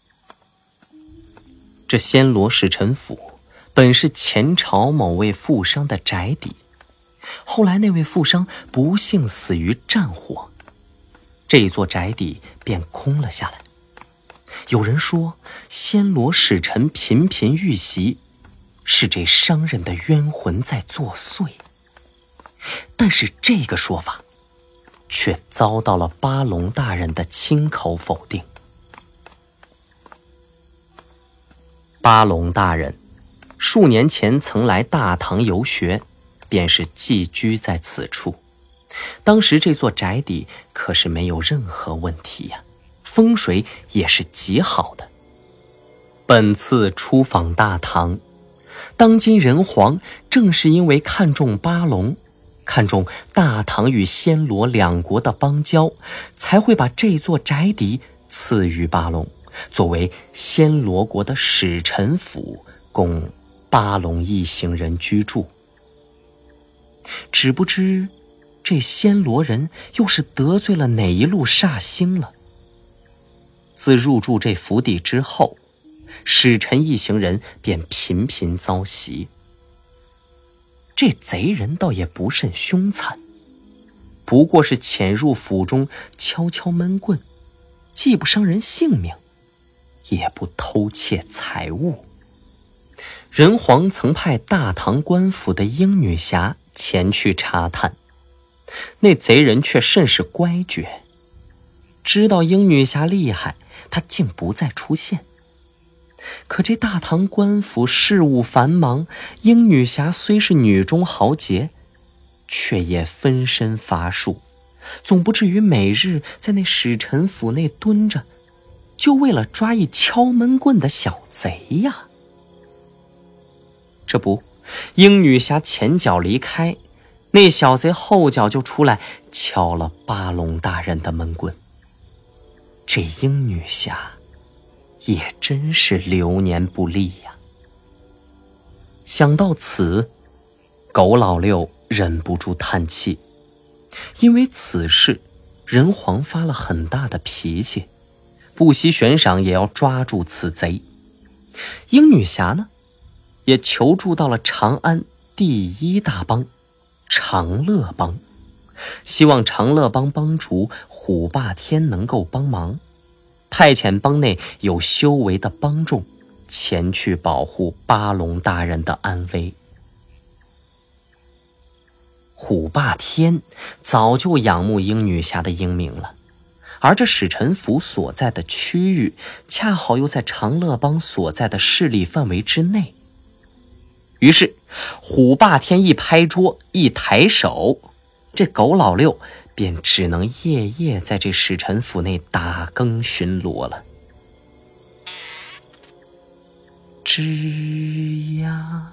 A: 这暹罗使臣府本是前朝某位富商的宅邸，后来那位富商不幸死于战火，这座宅邸便空了下来。有人说暹罗使臣频频遇袭，是这商人的冤魂在作祟，但是这个说法却遭到了巴龙大人的亲口否定。巴龙大人数年前曾来大唐游学，便是寄居在此处。当时这座宅邸可是没有任何问题呀，风水也是极好的。本次出访大唐，当今人皇正是因为看重巴龙，看重大唐与暹罗2国的邦交，才会把这座宅邸赐予巴龙，作为暹罗国的使臣府，供巴龙一行人居住。只不知这暹罗人又是得罪了哪一路煞星了。自入住这府邸之后，使臣一行人便频频遭袭。这贼人倒也不甚凶残，不过是潜入府中悄悄闷棍，既不伤人性命，也不偷窃财物。人皇曾派大唐官府的鹰女侠前去查探，那贼人却甚是乖觉，知道鹰女侠厉害，他竟不再出现。可这大唐官府事务繁忙，鹰女侠虽是女中豪杰，却也分身乏术，总不至于每日在那使臣府内蹲着，就为了抓一敲门棍的小贼呀。这不，鹰女侠前脚离开，那小贼后脚就出来敲了巴龙大人的门棍。这鹰女侠也真是流年不利呀。想到此，狗老六忍不住叹气，因为此事人皇发了很大的脾气，不惜悬赏也要抓住此贼。鹰女侠呢，也求助到了长安第1大帮长乐帮，希望长乐帮帮主虎霸天能够帮忙，派遣帮内有修为的帮众前去保护巴龙大人的安危。 虎霸天早就仰慕英女侠的英名了，而这使臣府所在的区域恰好又在长乐帮所在的势力范围之内。于是虎霸天一拍桌一抬手，这狗老六便只能夜夜在这使臣府内打更巡逻了。吱呀，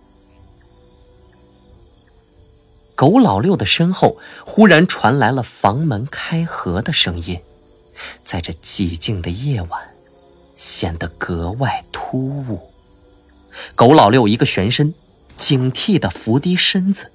A: 狗老六的身后忽然传来了房门开合的声音，在这寂静的夜晚显得格外突兀。狗老六一个旋身，警惕地伏低身子。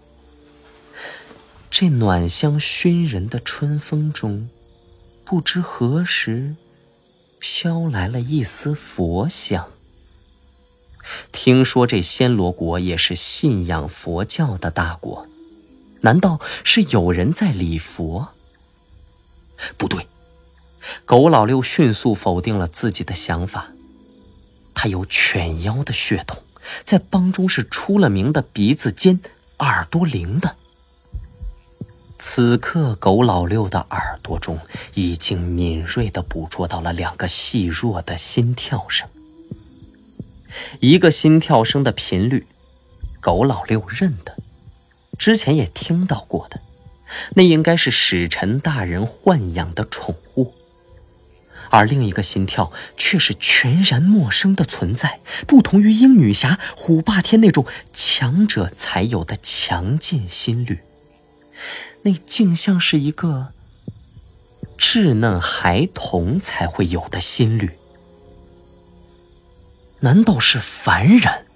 A: 这暖香熏人的春风中，不知何时飘来了一丝佛香。听说这暹罗国也是信仰佛教的大国，难道是有人在礼佛？不对，狗老六迅速否定了自己的想法。他有犬妖的血统，在帮中是出了名的鼻子尖、耳朵灵的。此刻狗老六的耳朵中已经敏锐地捕捉到了2个细弱的心跳声。一个心跳声的频率，狗老六认得，之前也听到过的，那应该是使臣大人豢养的宠物。而另一个心跳却是全然陌生的存在，不同于英女侠、虎霸天那种强者才有的强劲心率，那竟像是一个稚嫩孩童才会有的心率。难道是凡人？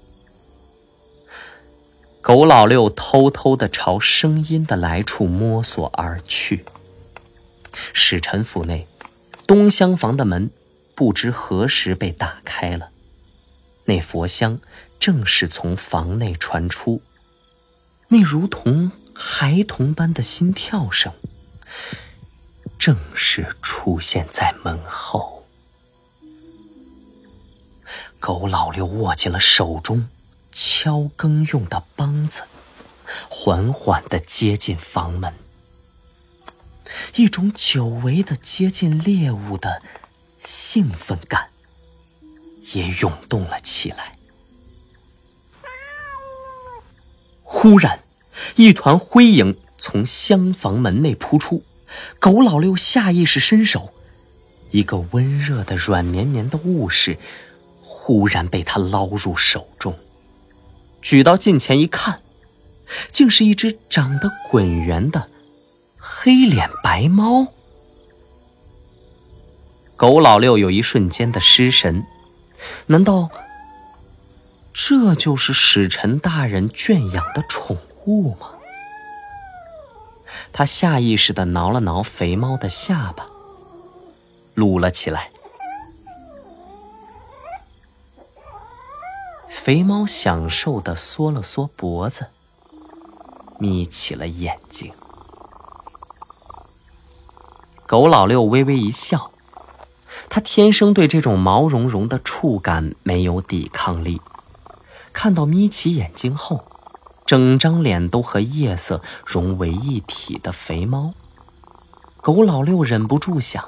A: 狗老六偷偷地朝声音的来处摸索而去。使臣府内东厢房的门不知何时被打开了，那佛香正是从房内传出，那如同孩童般的心跳声正是出现在门后。狗老六握紧了手中敲更用的梆子，缓缓地接近房门。一种久违的接近猎物的兴奋感也涌动了起来。忽然，一团灰影从厢房门内扑出，狗老六下意识伸手，一个温热的软绵绵的物事忽然被他捞入手中，举到近前一看，竟是一只长得滚圆的黑脸白猫。狗老六有一瞬间的失神，难道这就是使臣大人圈养的宠物吗？他下意识地挠了挠肥猫的下巴，撸了起来。肥猫享受地缩了缩脖子，眯起了眼睛。狗老六微微一笑，他天生对这种毛茸茸的触感没有抵抗力。看到眯起眼睛后，整张脸都和夜色融为一体的肥猫，狗老六忍不住想：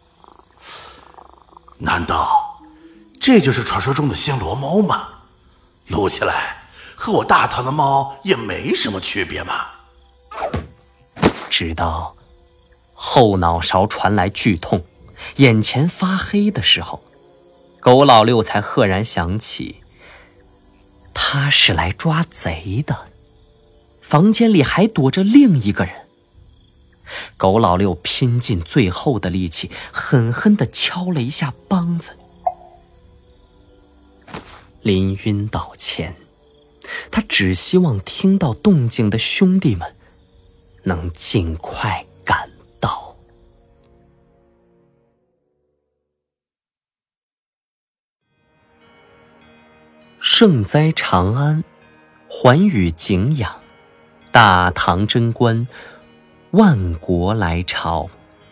H: 难道这就是传说中的暹罗猫吗？撸起来和我大唐的猫也没什么区别嘛。
A: 直到后脑勺传来剧痛，眼前发黑的时候，狗老六才赫然想起，他是来抓贼的，房间里还躲着另一个人。狗老六拼尽最后的力气，狠狠地敲了一下梆子。临晕倒前，他只希望听到动静的兄弟们能尽快赶到。圣哉长安，寰宇景仰，大唐贞观，万国来朝。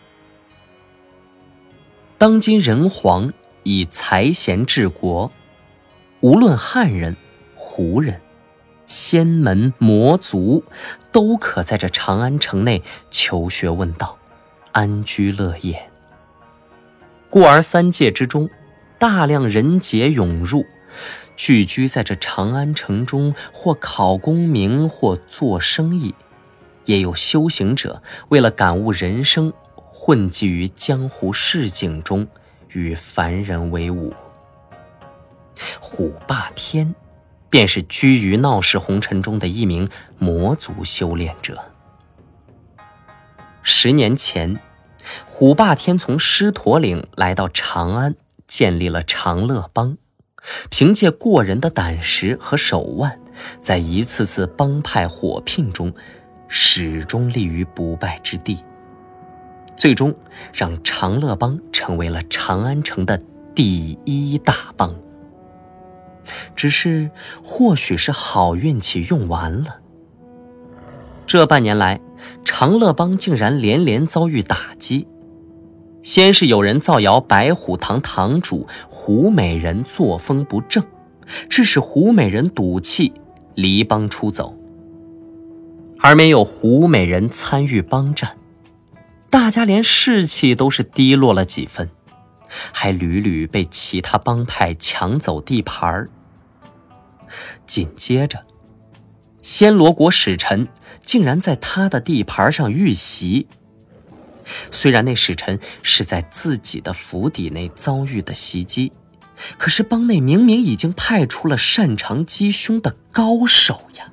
A: 当今人皇以才贤治国，无论汉人、胡人、 仙门、魔族都可在这长安城内求学问道，安居乐业。故而3界之中，大量人杰涌入，聚居在这长安城中，或考功名，或做生意，也有修行者为了感悟人生，混迹于江湖市井中，与凡人为伍。虎霸天便是居于闹市红尘中的一名魔族修炼者。10年前，虎霸天从狮驼岭来到长安，建立了长乐帮，凭借过人的胆识和手腕，在一次次帮派火拼中始终立于不败之地，最终让长乐帮成为了长安城的第1大帮。只是或许是好运气用完了，这半年来，长乐帮竟然连连遭遇打击。先是有人造谣白虎堂堂主胡美人作风不正，致使胡美人赌气离帮出走，而没有胡美人参与帮战，大家连士气都是低落了几分，还屡屡被其他帮派抢走地盘。紧接着，暹罗国使臣竟然在他的地盘上遇袭。虽然那使臣是在自己的府邸内遭遇的袭击，可是帮内明明已经派出了擅长击凶的高手呀。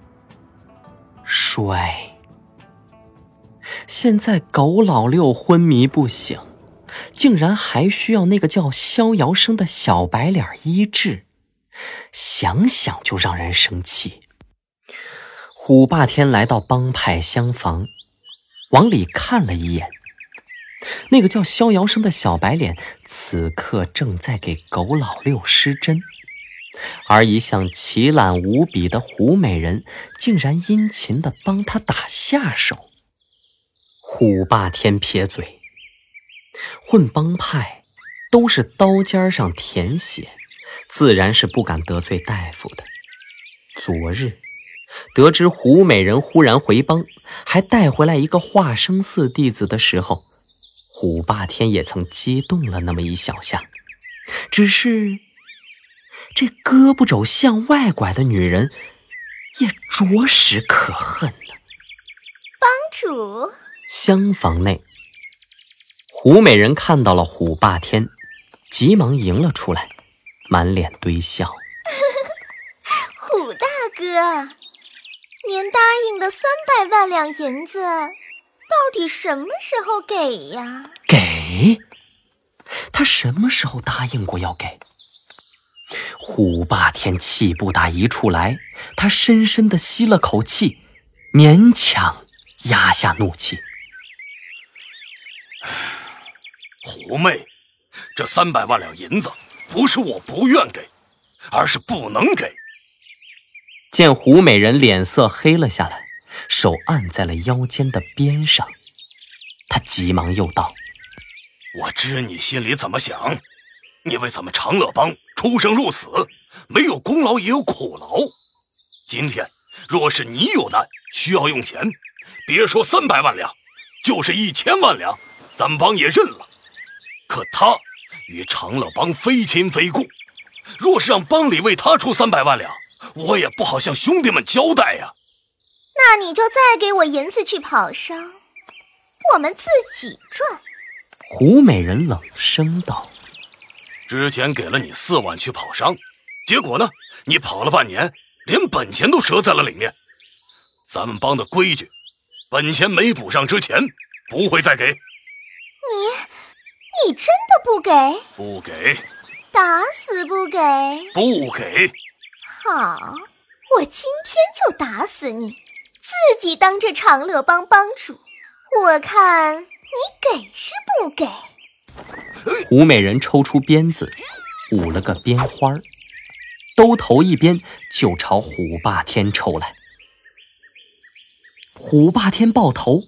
A: 衰，现在狗老六昏迷不醒，竟然还需要那个叫逍遥生的小白脸医治，想想就让人生气。虎霸天来到帮派厢房，往里看了一眼，那个叫逍遥生的小白脸此刻正在给狗老六施针，而一向奇懒无比的胡美人竟然殷勤地帮他打下手。虎霸天撇嘴，混帮派都是刀尖上舔血，自然是不敢得罪大夫的。昨日得知胡美人忽然回帮，还带回来一个化生寺弟子的时候，虎霸天也曾激动了那么一小下，只是这胳膊肘向外拐的女人也着实可恨呢。
D: 帮主，
A: 厢房内，胡美人看到了虎霸天，急忙迎了出来，满脸堆笑。
D: 虎大哥，您答应的300万两银子到底什么时候给呀？
A: 给？他什么时候答应过要给？虎霸天气不打一处来，他深深地吸了口气，勉强压下怒气。
B: 胡妹，这300万两银子不是我不愿给，而是不能给。
A: 见胡美人脸色黑了下来，手按在了腰间的边上，他急忙又道：
B: 我知你心里怎么想，你为咱们长乐帮出生入死，没有功劳也有苦劳。今天若是你有难需要用钱，别说300万两，就是1000万两，咱们帮也认了。可他与长乐帮非亲非故，若是让帮里为他出300万两，我也不好向兄弟们交代呀。
D: 那你就再给我银子去跑商，我们自己赚。
A: 胡美人冷声道：
B: 之前给了你4万去跑商，结果呢，你跑了半年，连本钱都折在了里面。咱们帮的规矩，本钱没补上之前不会再给。
D: 你真的不给？
B: 不给，
D: 打死不给？
B: 不给。
D: 好，我今天就打死你，自己当这长乐帮帮主，我看你给是不给？
A: 胡美人抽出鞭子，舞了个鞭花，兜头一鞭就朝虎霸天抽来。虎霸天抱头，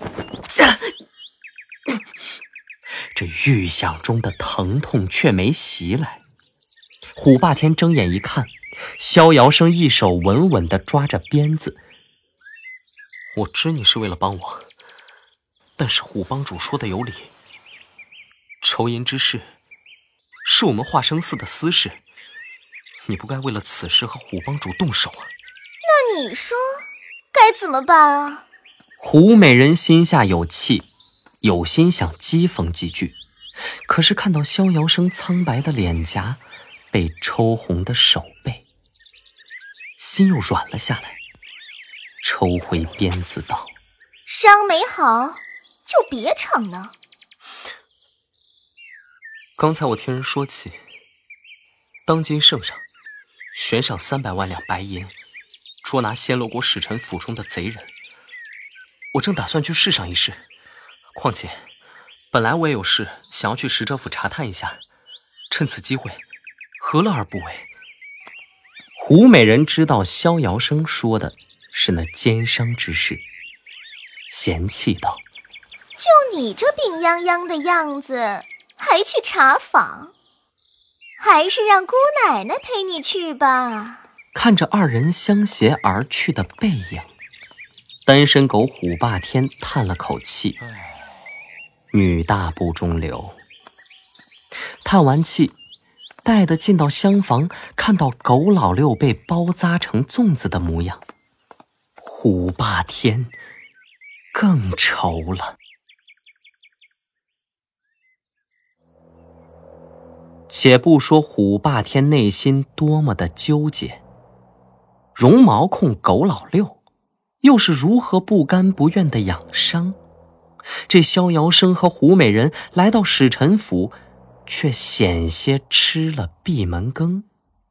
A: 这预想中的疼痛却没袭来。虎霸天睁眼一看， 逍遥生一手稳稳地抓着鞭子。
C: 我知你是为了帮我，但是虎帮主说的有理，仇淫之事是我们化生寺的私事，你不该为了此事和虎帮主动手啊。
D: 那你说该怎么办啊？
A: 胡美人心下有气，有心想讥讽几句，可是看到逍遥生苍白的脸颊被抽红的手背，心又软了下来，抽回鞭子道：
D: 伤没好就别逞能。
C: 刚才我听人说起，当今圣上悬赏300万两白银，捉拿暹罗国使臣府中的贼人。我正打算去试上一试，况且本来我也有事想要去使者府查探一下，趁此机会何乐而不为？
A: 胡美人知道逍遥生说的是那奸商之事，嫌弃道：
D: 就你这病殃殃的样子还去查访，还是让姑奶奶陪你去吧。
A: 看着二人相携而去的背影，单身狗虎霸天叹了口气，女大不中留。叹完气，待得进到厢房，看到狗老六被包扎成粽子的模样，虎霸天更愁了。且不说虎霸天内心多么的纠结，绒毛控狗老六又是如何不甘不愿的养伤？这逍遥生和胡美人来到使臣府，却险些吃了闭门羹。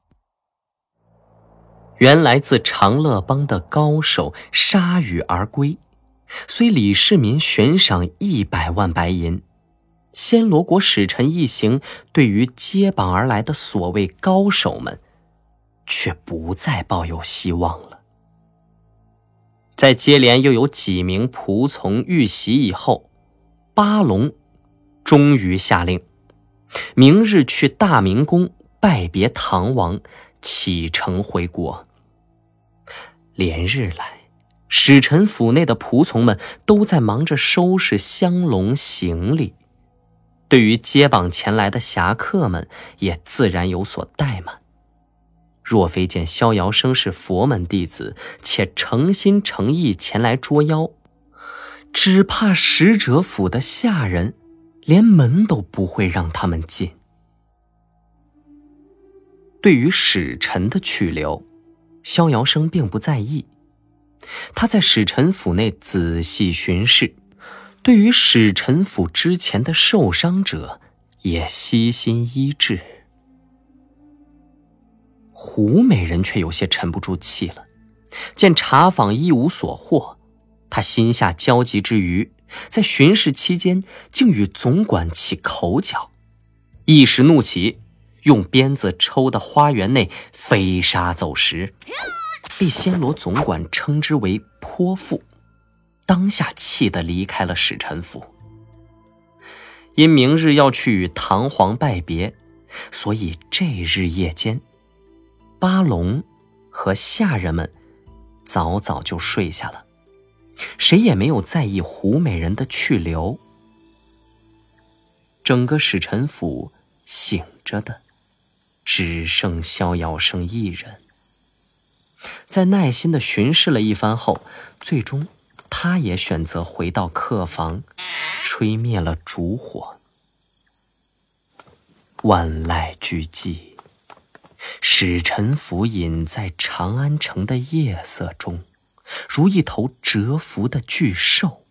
A: 原来自长乐帮的高手铩羽而归，虽李世民悬赏100万白银，暹罗国使臣一行对于接榜而来的所谓高手们，却不再抱有希望了。在接连又有几名仆从遇袭以后，巴龙终于下令，明日去大明宫拜别唐王，启程回国。连日来，使臣府内的仆从们都在忙着收拾香笼行李，对于接榜前来的侠客们也自然有所怠慢。若非见逍遥生是佛门弟子，且诚心诚意前来捉妖，只怕使者府的下人连门都不会让他们进。对于使臣的去留，逍遥生并不在意，他在使臣府内仔细巡视，对于使臣府之前的受伤者也悉心医治。胡美人却有些沉不住气了，见查访一无所获，她心下焦急之余，在巡视期间竟与总管起口角，一时怒起，用鞭子抽得花园内飞沙走石，被暹罗总管称之为泼妇，当下气得离开了使臣府。因明日要去与唐皇拜别，所以这日夜间，巴龙和下人们早早就睡下了，谁也没有在意胡美人的去留。整个使臣府醒着的只剩逍遥生一人。在耐心地巡视了一番后，最终他也选择回到客房，吹灭了烛火。万籁俱寂，使臣府隐在长安城的夜色中，如一头蛰伏的巨兽。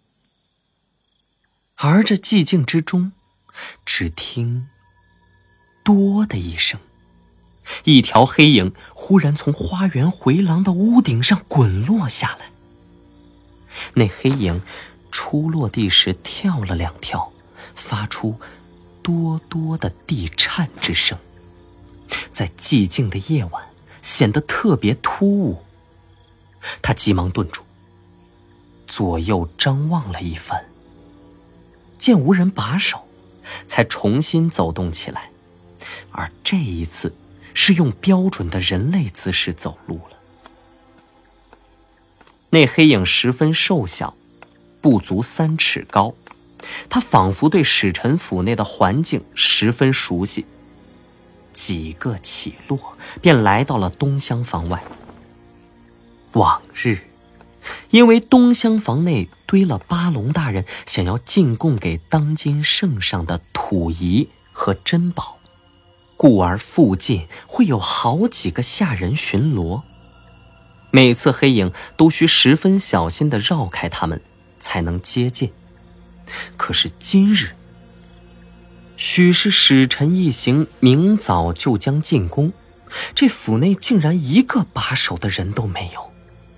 A: 而这寂静之中，只听多的一声，一条黑影忽然从花园回廊的屋顶上滚落下来。那黑影初落地时跳了2跳，发出多多的地颤之声，在寂静的夜晚显得特别突兀。他急忙顿住，左右张望了一番，见无人把守，才重新走动起来。而这一次是用标准的人类姿势走路了。那黑影十分瘦小，不足3尺高，他仿佛对使臣府内的环境十分熟悉。几个起落，便来到了东厢房外。往日，因为东厢房内堆了巴龙大人想要进贡给当今圣上的土仪和珍宝，故而附近会有好几个下人巡逻。每次黑影都需十分小心地绕开他们，才能接近。可是今日，许是使臣一行明早就将进宫，这府内竟然一个把守的人都没有。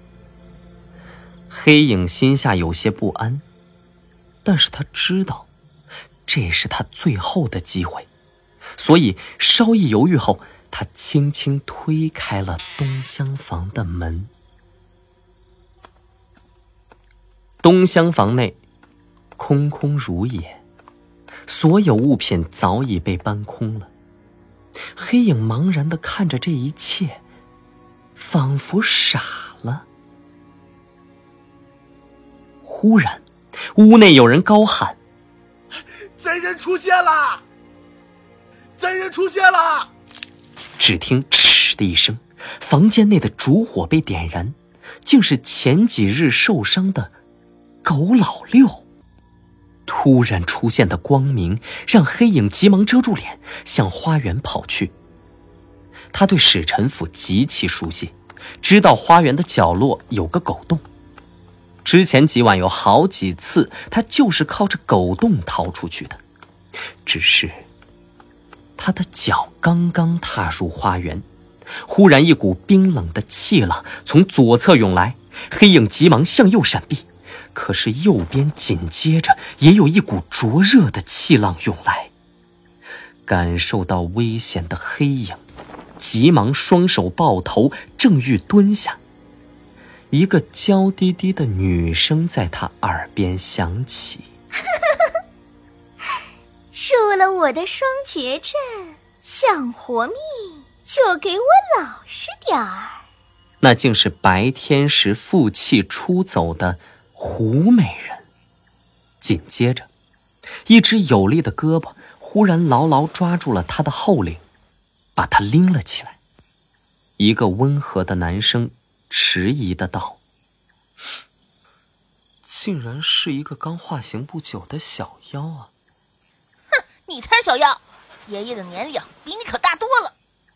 A: 黑影心下有些不安，但是他知道这是他最后的机会，所以稍一犹豫后，他轻轻推开了东厢房的门。东厢房内空空如也，所有物品早已被搬空了。黑影茫然地看着这一切，仿佛傻了。忽然，屋内有人高喊：“
H: 贼人出现了！贼人出现了！”
A: 只听嗤的一声，房间内的烛火被点燃，竟是前几日受伤的狗老六。突然出现的光明让黑影急忙遮住脸，向花园跑去。他对使臣府极其熟悉，知道花园的角落有个狗洞。之前几晚有好几次，他就是靠着狗洞逃出去的。只是他的脚刚刚踏入花园，忽然一股冰冷的气浪从左侧涌来，黑影急忙向右闪避，可是右边紧接着也有一股灼热的气浪涌来。感受到危险的黑影急忙双手抱头，正欲蹲下，一个娇滴滴的女声在他耳边响起：“
D: 入了我的双绝阵，想活命就给我老实点儿。”
A: 那竟是白天时负气出走的胡美人。紧接着，一只有力的胳膊忽然牢牢抓住了他的后领，把他拎了起来。一个温和的男声迟疑的道：“竟然是一个刚化形不久的小妖啊！”“
J: 哼，你才是小妖，爷爷的年龄比你可大多了。”“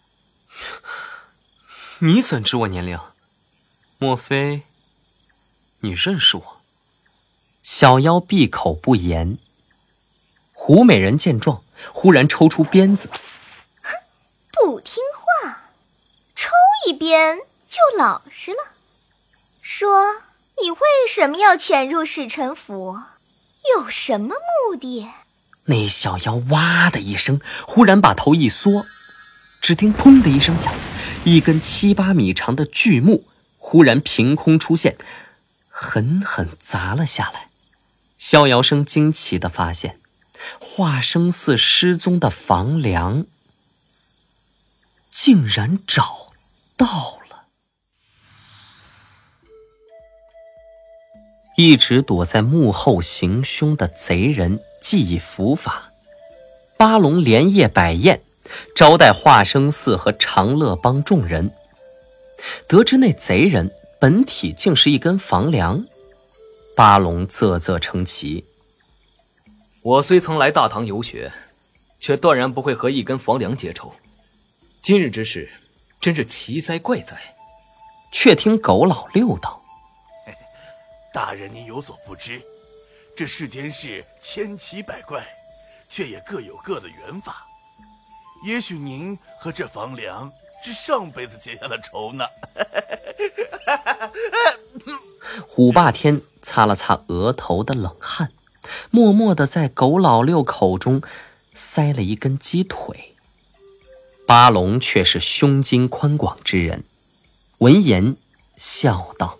A: 你怎知我年龄？莫非你认识我？”小妖闭口不言。胡美人见状，忽然抽出鞭子：“
D: 哼，不听话，抽一鞭就老实了。说你为什么要潜入使臣府？有什么目的？”
A: 那小妖哇的一声，忽然把头一缩，只听砰的一声响，一根7、8米长的巨木忽然凭空出现，狠狠砸了下来。逍遥生惊奇地发现，化生寺失踪的房梁竟然找到了。一直躲在幕后行凶的贼人既已伏法，巴龙连夜摆宴，招待化生寺和长乐帮众人。得知那贼人本体竟是一根房梁，巴龙啧啧称奇：“
E: 我虽曾来大唐游学，却断然不会和一根房梁结仇。今日之事，真是奇哉怪哉。”
A: 却听狗老六道：“
H: 大人您有所不知，这世间事千奇百怪，却也各有各的缘法。也许您和这房梁是上辈子结下的仇呢。”
A: 虎霸天擦了擦额头的冷汗，默默地在狗老六口中塞了一根鸡腿。巴龙却是胸襟宽广之人，闻言笑道：“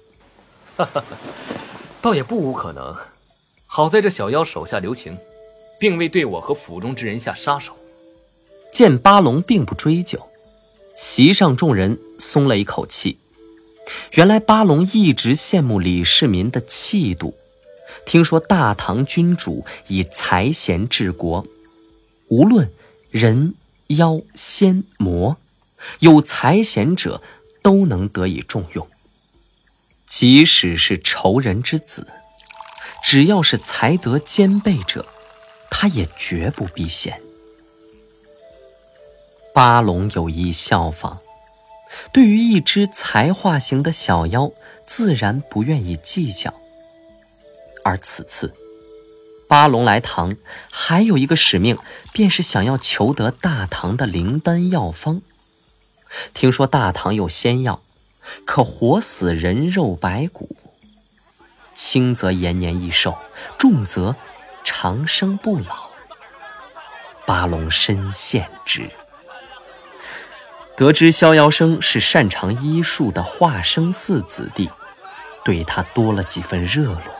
E: 倒也不无可能。好在这小妖手下留情，并未对我和府中之人下杀手。”
A: 见巴龙并不追究， 席上众人松了一口气。原来巴龙一直羡慕李世民的气度，听说大唐君主以才贤治国，无论人妖仙魔，有才贤者都能得以重用，即使是仇人之子，只要是才德兼备者，他也绝不避嫌。巴龙有意效仿，对于一只才华型的小妖，自然不愿意计较。而此次巴龙来唐，还有一个使命，便是想要求得大唐的灵丹药方。听说大唐有仙药，可活死人肉白骨，轻则延年益寿，重则长生不老。巴龙深陷之。得知逍遥生是擅长医术的华生寺子弟，对他多了几分热络。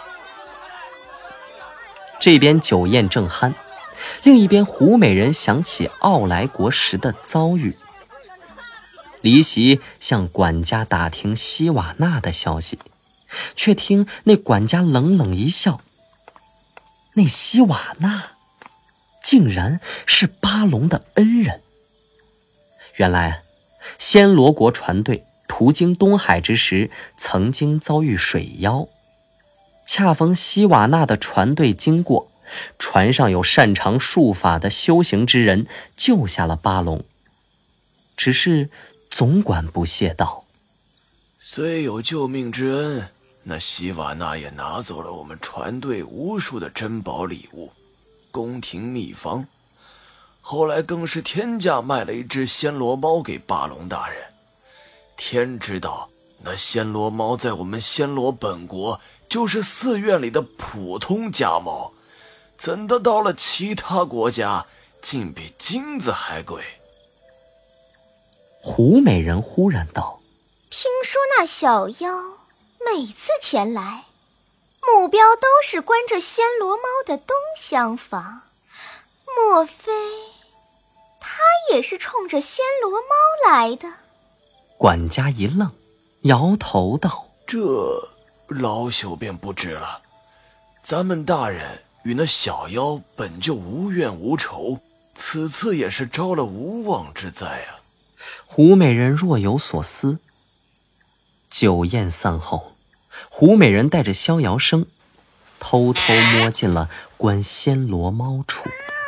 A: 这边酒宴正酣，另一边胡美人想起奥莱国时的遭遇，离席向管家打听希瓦纳的消息，却听那管家冷冷一笑，那希瓦纳竟然是巴龙的恩人。原来暹罗国船队途经东海之时，曾经遭遇水妖，恰逢希瓦纳的船队经过，船上有擅长术法的修行之人，救下了巴龙。只是总管不屑道：
G: 虽有救命之恩，那希瓦纳也拿走了我们船队无数的珍宝礼物、宫廷秘方，后来更是天价卖了一只暹罗猫给巴龙大人。天知道，那暹罗猫在我们暹罗本国就是寺院里的普通家猫，怎的到了其他国家竟比金子还贵？
A: 胡美人忽然道：
D: 听说那小妖每次前来，目标都是关着暹罗猫的东厢房，莫非他也是冲着暹罗猫来的？
A: 管家一愣，摇头道：
G: 这老朽便不知了。咱们大人与那小妖本就无怨无仇，此次也是招了无妄之灾啊。
A: 胡美人若有所思。酒宴散后，胡美人带着逍遥生偷偷摸进了关暹罗猫处。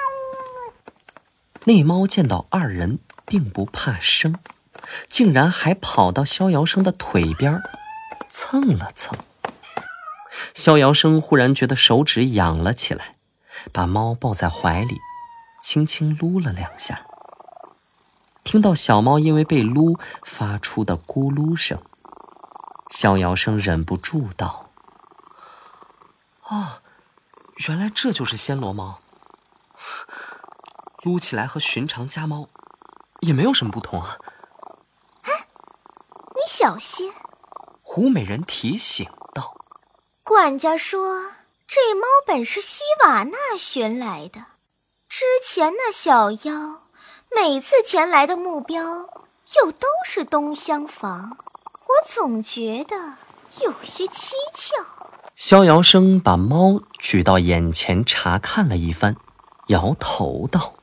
A: 那猫见到二人并不怕生，竟然还跑到逍遥生的腿边蹭了蹭。逍遥生忽然觉得手指痒了起来，把猫抱在怀里，轻轻撸了两下。听到小猫因为被撸发出的咕噜声，逍遥生忍不住道：哦，原来这就是暹罗猫，撸起来和寻常家猫也没有什么不同啊。
D: 你小心！
A: 胡美人提醒道。
D: 管家说这猫本是希瓦纳寻来的，之前那小妖每次前来的目标又都是东厢房，我总觉得有些蹊跷。
A: 逍遥生把猫举到眼前查看了一番，摇头道：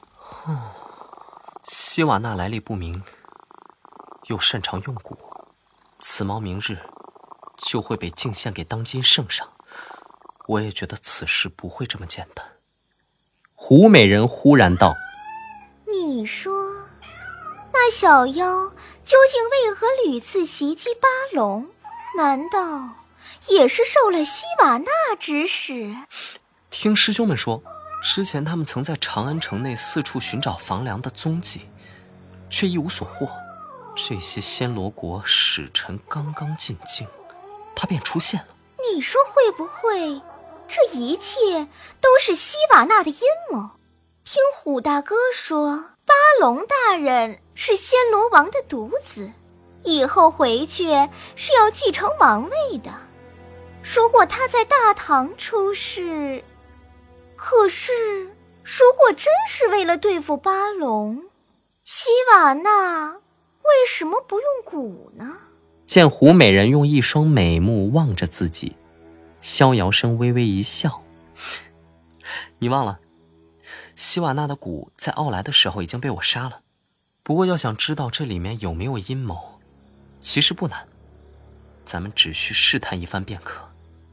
A: 希瓦纳来历不明，又擅长用蛊，此猫明日就会被进献给当今圣上，我也觉得此事不会这么简单。胡美人忽然道：
D: 你说那小妖究竟为何屡次袭击巴龙？难道也是受了希瓦纳指使？
A: 听师兄们说，之前他们曾在长安城内四处寻找房梁的踪迹，却一无所获。这些暹罗国使臣刚刚进京，他便出现了。
D: 你说会不会这一切都是希瓦纳的阴谋？听虎大哥说，巴龙大人是暹罗王的独子，以后回去是要继承王位的。如果他在大唐出事，可是如果真是为了对付巴龙，希瓦纳为什么不用蛊呢？
A: 见胡美人用一双美目望着自己，萧遥生微微一笑：“你忘了，希瓦纳的蛊在奥莱的时候已经被我杀了。不过要想知道这里面有没有阴谋，其实不难，咱们只需试探一番便可。”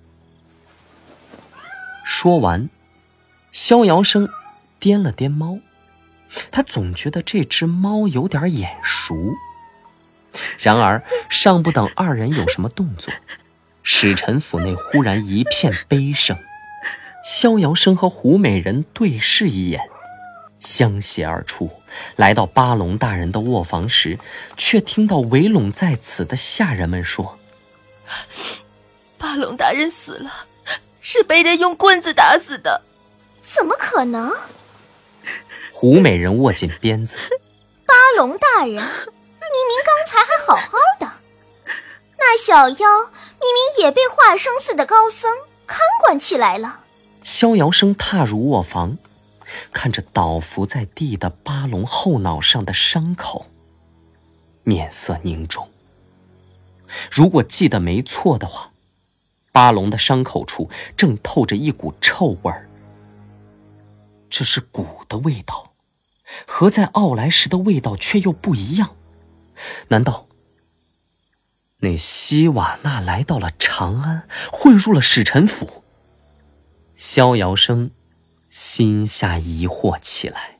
A: 说完，萧遥生掂了掂猫，他总觉得这只猫有点眼熟。然而尚不等二人有什么动作，使臣府内忽然一片悲声。萧遥生和胡美人对视一眼，相携而出，来到巴龙大人的卧房时，却听到围拢在此的下人们说：“
J: 巴龙大人死了，是被人用棍子打死的。”
D: 怎么可能？
A: 胡美人握紧鞭子：“
D: 巴龙大人，明明刚才还好好的，那小妖明明也被化生寺的高僧看管起来了。”
A: 萧遥生踏入卧房，看着倒伏在地的巴龙后脑上的伤口，面色凝重。如果记得没错的话，巴龙的伤口处正透着一股臭味儿，这是蛊的味道，和在奥莱时的味道却又不一样。难道那希瓦纳来到了长安，混入了使臣府？萧遥生心下疑惑起来。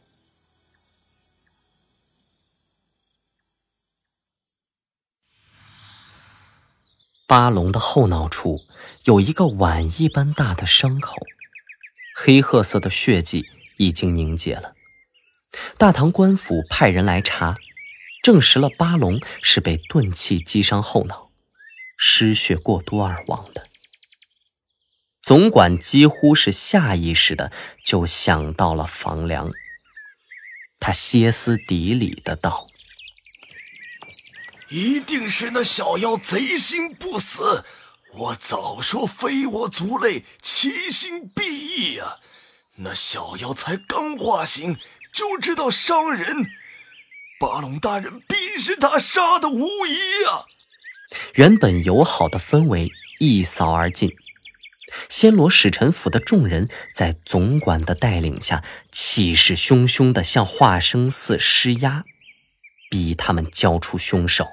A: 巴龙的后脑处有一个碗一般大的伤口，黑褐色的血迹已经凝结了。大唐官府派人来查，证实了巴龙是被钝器击伤后脑，失血过多而亡的。总管几乎是下意识的就想到了房梁，他歇斯底里的道：“
G: 一定是那小妖贼心不死，我早说非我族类，其心必异呀！那小妖才刚化形，就知道伤人，巴龙大人必是他杀的无疑呀！”
A: 原本友好的氛围一扫而尽。暹罗使臣府的众人在总管的带领下，气势汹汹地向化生寺施压，逼他们交出凶手。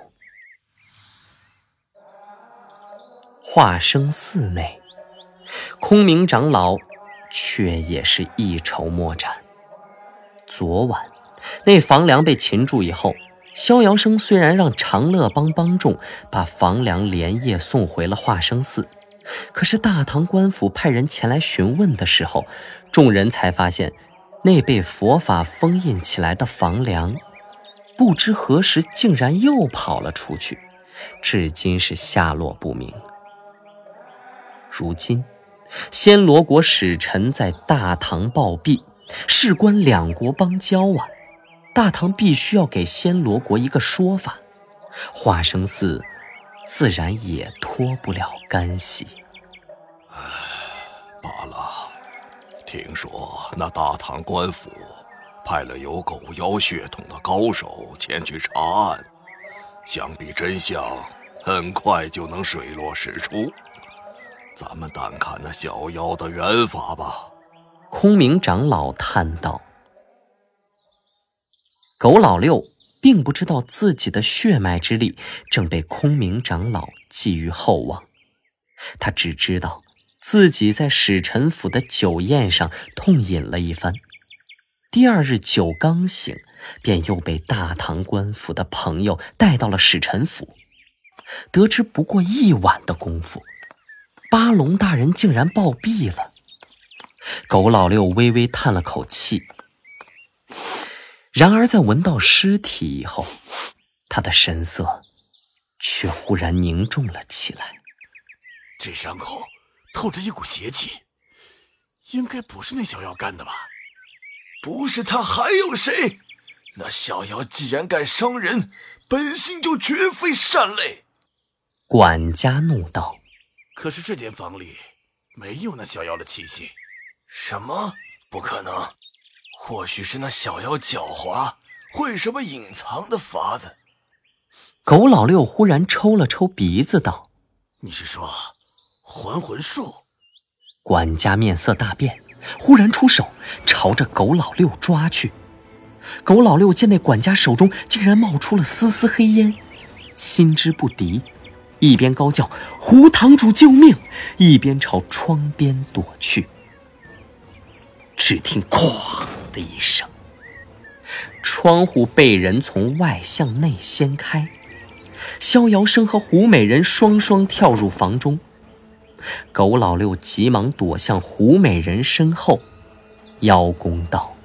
A: 化生寺内，空明长老却也是一筹莫展。昨晚那房梁被擒住以后，萧遥生虽然让长乐帮帮众把房梁连夜送回了化生寺，可是大唐官府派人前来询问的时候，众人才发现那被佛法封印起来的房梁不知何时竟然又跑了出去，至今是下落不明。如今暹罗国使臣在大唐暴毙，事关两国邦交啊，大唐必须要给暹罗国一个说法，化生寺自然也脱不了干系。
B: 罢了，听说那大唐官府派了有狗妖血统的高手前去查案，想必真相很快就能水落石出。咱们单看那小妖的缘法吧。
A: 空明长老叹道。狗老六并不知道自己的血脉之力正被空明长老寄予厚望，他只知道自己在使臣府的酒宴上痛饮了一番，第二日酒刚醒，便又被大唐官府的朋友带到了使臣府，得知不过一晚的功夫，巴龙大人竟然暴毙了。狗老六微微叹了口气，然而在闻到尸体以后，他的神色却忽然凝重了起来。
H: 这伤口透着一股邪气，应该不是那小妖干的吧？
G: 不是他还有谁？那小妖既然敢伤人，本性就绝非善类。
A: 管家怒道：
H: 可是这间房里没有那小妖的气息。
G: 什么？不可能，或许是那小妖狡猾，会什么隐藏的法子。
A: 狗老六忽然抽了抽鼻子道：“
H: 你是说还魂术？”
A: 管家面色大变，忽然出手朝着狗老六抓去。狗老六见那管家手中竟然冒出了丝丝黑烟，心知不敌，一边高叫“胡堂主救命”，一边朝窗边躲去。只听“哐”的一声，窗户被人从外向内掀开，逍遥生和胡美人双双跳入房中。狗老六急忙躲向胡美人身后，邀功道：“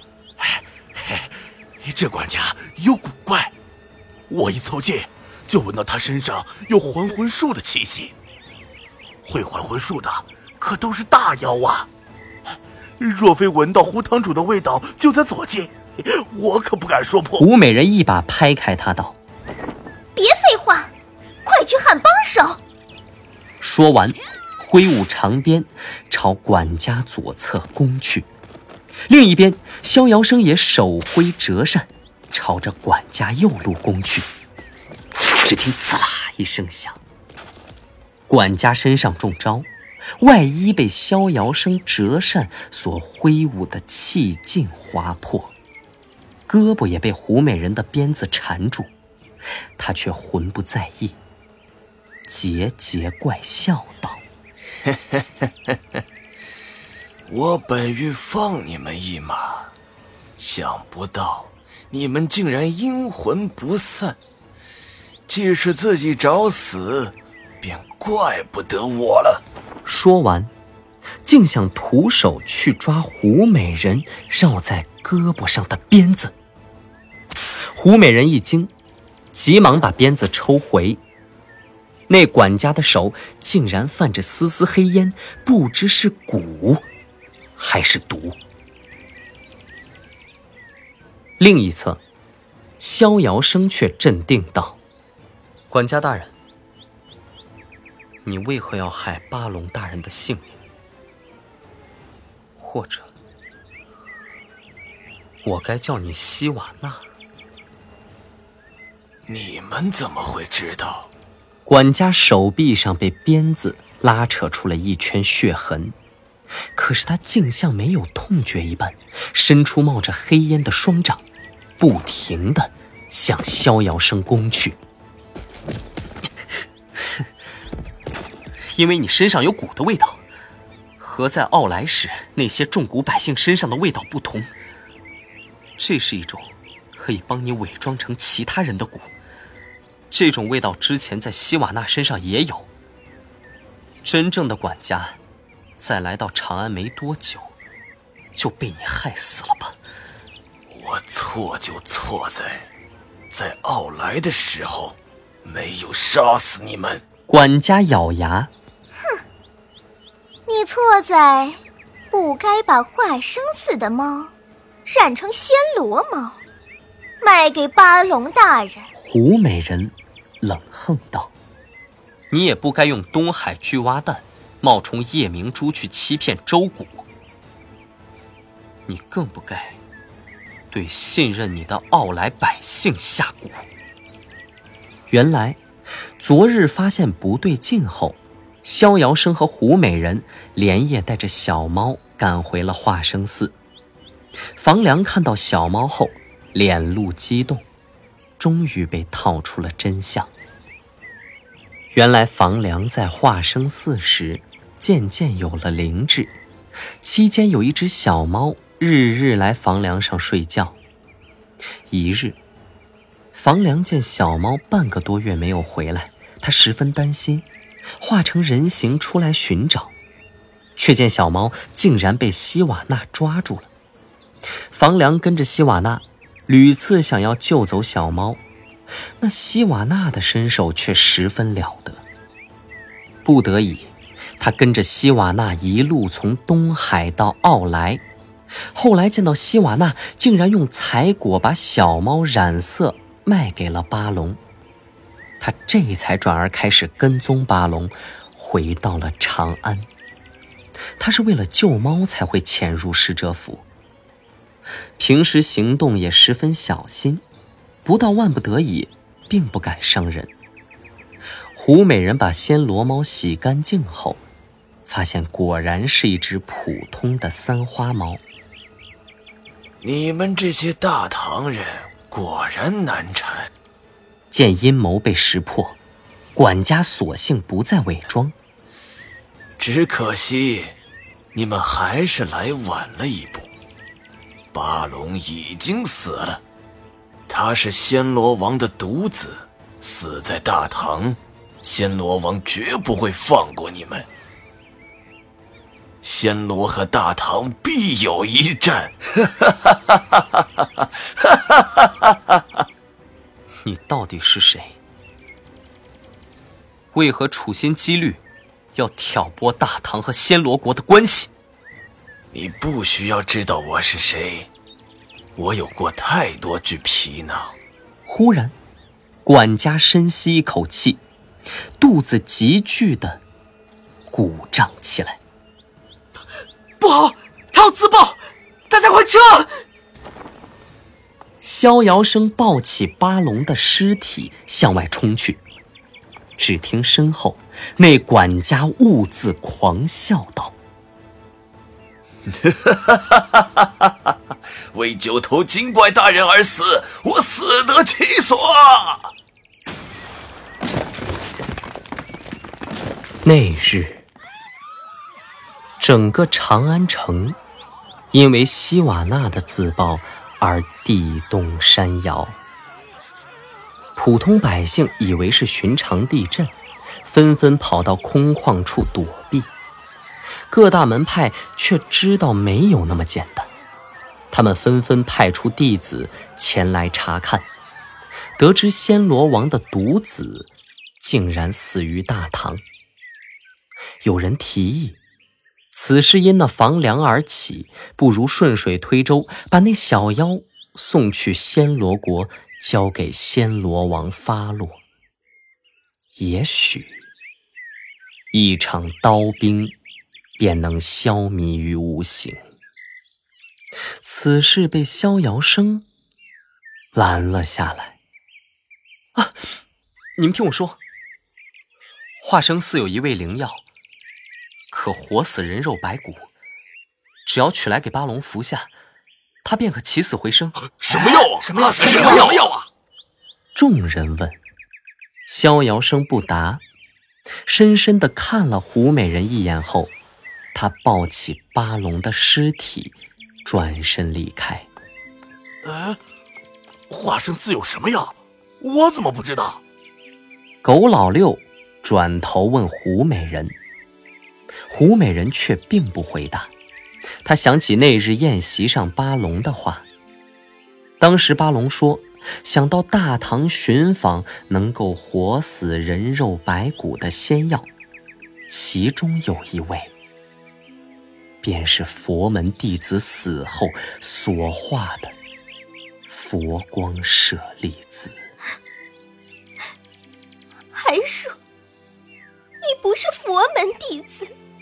H: 这管家有古怪，我一凑近就闻到他身上有还魂术的气息。会还魂术的可都是大妖啊！若非闻到胡堂主的味道就在左近，我可不敢说破。”
A: 胡美人一把拍开他道：“
D: 别废话，快去喊帮手！”
A: 说完挥舞长鞭朝管家左侧攻去。另一边，逍遥生也手挥折扇朝着管家右路攻去。只听刺啦一声响，管家身上中招，外衣被逍遥生折扇所挥舞的气劲划破，胳膊也被胡美人的鞭子缠住，他却浑不在意，桀桀怪笑道：“
G: 我本欲放你们一马，想不到你们竟然阴魂不散。既是自己找死，便怪不得我了。”
A: 说完，竟想徒手去抓胡美人绕在胳膊上的鞭子。胡美人一惊，急忙把鞭子抽回。那管家的手竟然泛着丝丝黑烟，不知是蛊还是毒。另一侧，逍遥生却镇定道：“
C: 管家大人，你为何要害巴龙大人的性命？或者，我该叫你希瓦娜？”“
G: 你们怎么会知道？”
A: 管家手臂上被鞭子拉扯出了一圈血痕，可是他竟像没有痛觉一般，伸出冒着黑烟的双掌，不停地向逍遥生攻去。
C: 因为你身上有蛊的味道，和在奥莱时那些重蛊百姓身上的味道不同。这是一种可以帮你伪装成其他人的蛊，这种味道之前在希瓦娜身上也有。真正的管家在来到长安没多久就被你害死了吧？
G: 我错就错在奥莱的时候没有杀死你们。
A: 管家咬牙：“
D: 哼，你错在不该把化生寺的猫染成暹罗猫，卖给巴龙大人。”
A: 胡美人冷哼道：“
C: 你也不该用东海巨蛙蛋冒充夜明珠去欺骗周谷，你更不该对信任你的奥莱百姓下蛊。”
A: 原来昨日发现不对劲后，逍遥生和胡美人连夜带着小猫赶回了化生寺。房梁看到小猫后脸露激动，终于被套出了真相。原来房梁在化生寺时渐渐有了灵智，期间有一只小猫日日来房梁上睡觉。一日，房梁见小猫半个多月没有回来，他十分担心，化成人形出来寻找，却见小猫竟然被希瓦娜抓住了。房梁跟着希瓦娜屡次想要救走小猫，那希瓦娜的身手却十分了得。不得已，他跟着希瓦娜一路从东海到奥莱，后来见到希瓦娜竟然用彩果把小猫染色卖给了巴龙，他这才转而开始跟踪巴龙，回到了长安。他是为了救猫才会潜入使者府，平时行动也十分小心，不到万不得已并不敢伤人。胡美人把暹罗猫洗干净后，发现果然是一只普通的三花猫。
G: 你们这些大唐人果然难缠。
A: 见阴谋被识破，管家索性不再伪装。
G: 只可惜你们还是来晚了一步。巴龙已经死了，他是暹罗王的独子，死在大唐，暹罗王绝不会放过你们。暹罗和大唐必有一战。
C: 你到底是谁？为何处心积虑要挑拨大唐和暹罗国的关系？
G: 你不需要知道我是谁，我有过太多具皮囊。
A: 忽然，管家深吸一口气，肚子急剧的鼓胀起来。
E: 不好，他要自爆，大家快撤！
A: 逍遥生抱起巴龙的尸体向外冲去，只听身后那管家兀自狂笑道：
G: 为九头精怪大人而死，我死得其所。
A: 那日，整个长安城因为希瓦纳的自爆而地动山摇。普通百姓以为是寻常地震，纷纷跑到空旷处躲避。各大门派却知道没有那么简单，他们纷纷派出弟子前来查看，得知暹罗王的独子竟然死于大唐。有人提议，此事因那房梁而起，不如顺水推舟，把那小妖送去暹罗国，交给暹罗王发落。也许一场刀兵便能消弭于无形。此事被逍遥生拦了下来。
C: 你们听我说，华生寺有一味灵药，可活死人肉白骨，只要取来给巴龙服下，他便可起死回生。
B: 什么药啊？
E: 什么药？
B: 什么药啊？
A: 众人问，逍遥生不答，深深地看了胡美人一眼后，他抱起巴龙的尸体，转身离开。
H: 华生寺有什么药？我怎么不知道？
A: 狗老六转头问胡美人，胡美人却并不回答。他想起那日宴席上巴龙的话，当时巴龙说，想到大唐寻访能够活死人肉白骨的仙药，其中有一味便是佛门弟子死后所化的佛光舍利子。
D: 还说你不是佛门弟子，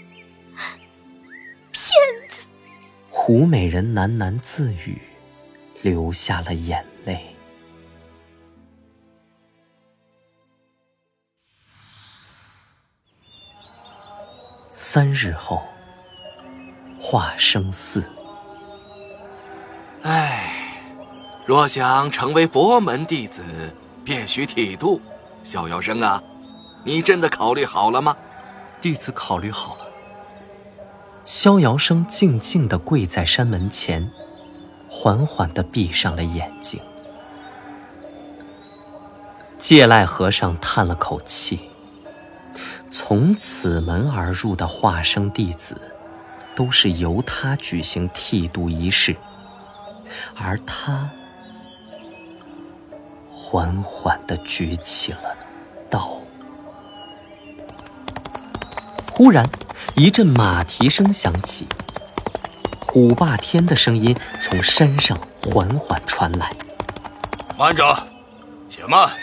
D: 骗子！
A: 胡美人喃喃自语，流下了眼泪。3日后，华生寺。
B: 若想成为佛门弟子，便须剃度。逍遥生啊，你真的考虑好了吗？
C: 弟子考虑好了。
A: 逍遥生静静地跪在山门前，缓缓地闭上了眼睛。戒赖和尚叹了口气，从此门而入的华生弟子，都是由他举行剃度仪式，而他缓缓地举起了刀。忽然一阵马蹄声响起，虎霸天的声音从山上缓缓传来。
B: 慢着，且慢！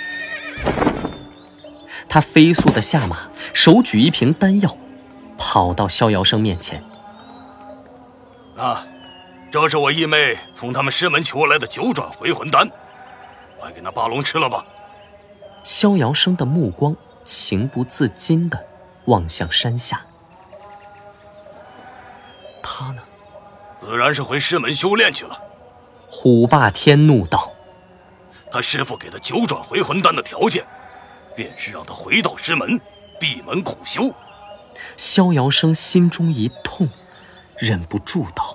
A: 他飞速地下马，手举一瓶丹药，跑到逍遥生面前。
B: 这是我义妹从他们师门求来的9转回魂丹，快给那巴龙吃了吧。
A: 萧遥生的目光情不自禁地望向山下。
C: 他呢？
B: 自然是回师门修炼去了。
A: 虎霸天怒道：
B: 他师父给他9转回魂丹的条件，便是让他回到师门，闭门苦修。
A: 萧遥生心中一痛，忍不住道：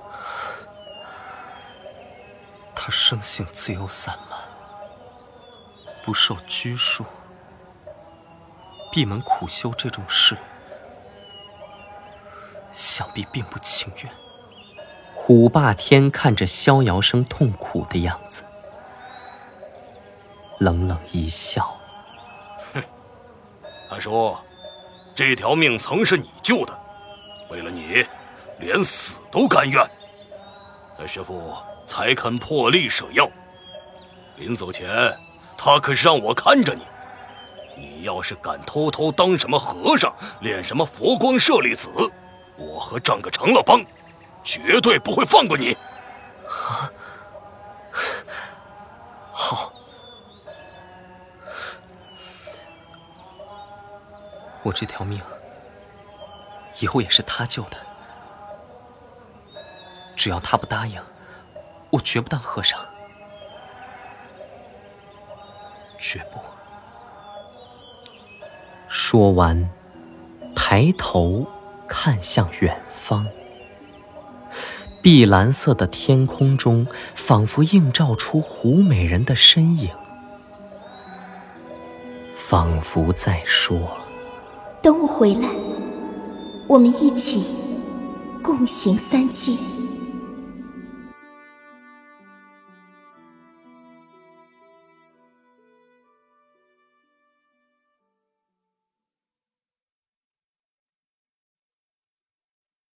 C: 他生性自由散漫，不受拘束，闭门苦修这种事，想必并不情愿。
A: 虎霸天看着萧遥生痛苦的样子，冷冷一笑：
B: 哼，他说这条命曾是你救的，为了你连死都甘愿，那师父才肯破例舍药。临走前他可是让我看着你，你要是敢偷偷当什么和尚，练什么佛光舍利子，我和张哥成了帮，绝对不会放过你。
C: 啊，好，我这条命以后也是他救的，只要他不答应，我绝不当和尚，绝不。
A: 说完，抬头看向远方，碧蓝色的天空中仿佛映照出胡美人的身影，仿佛在说：
D: 等我回来，我们一起共行3界。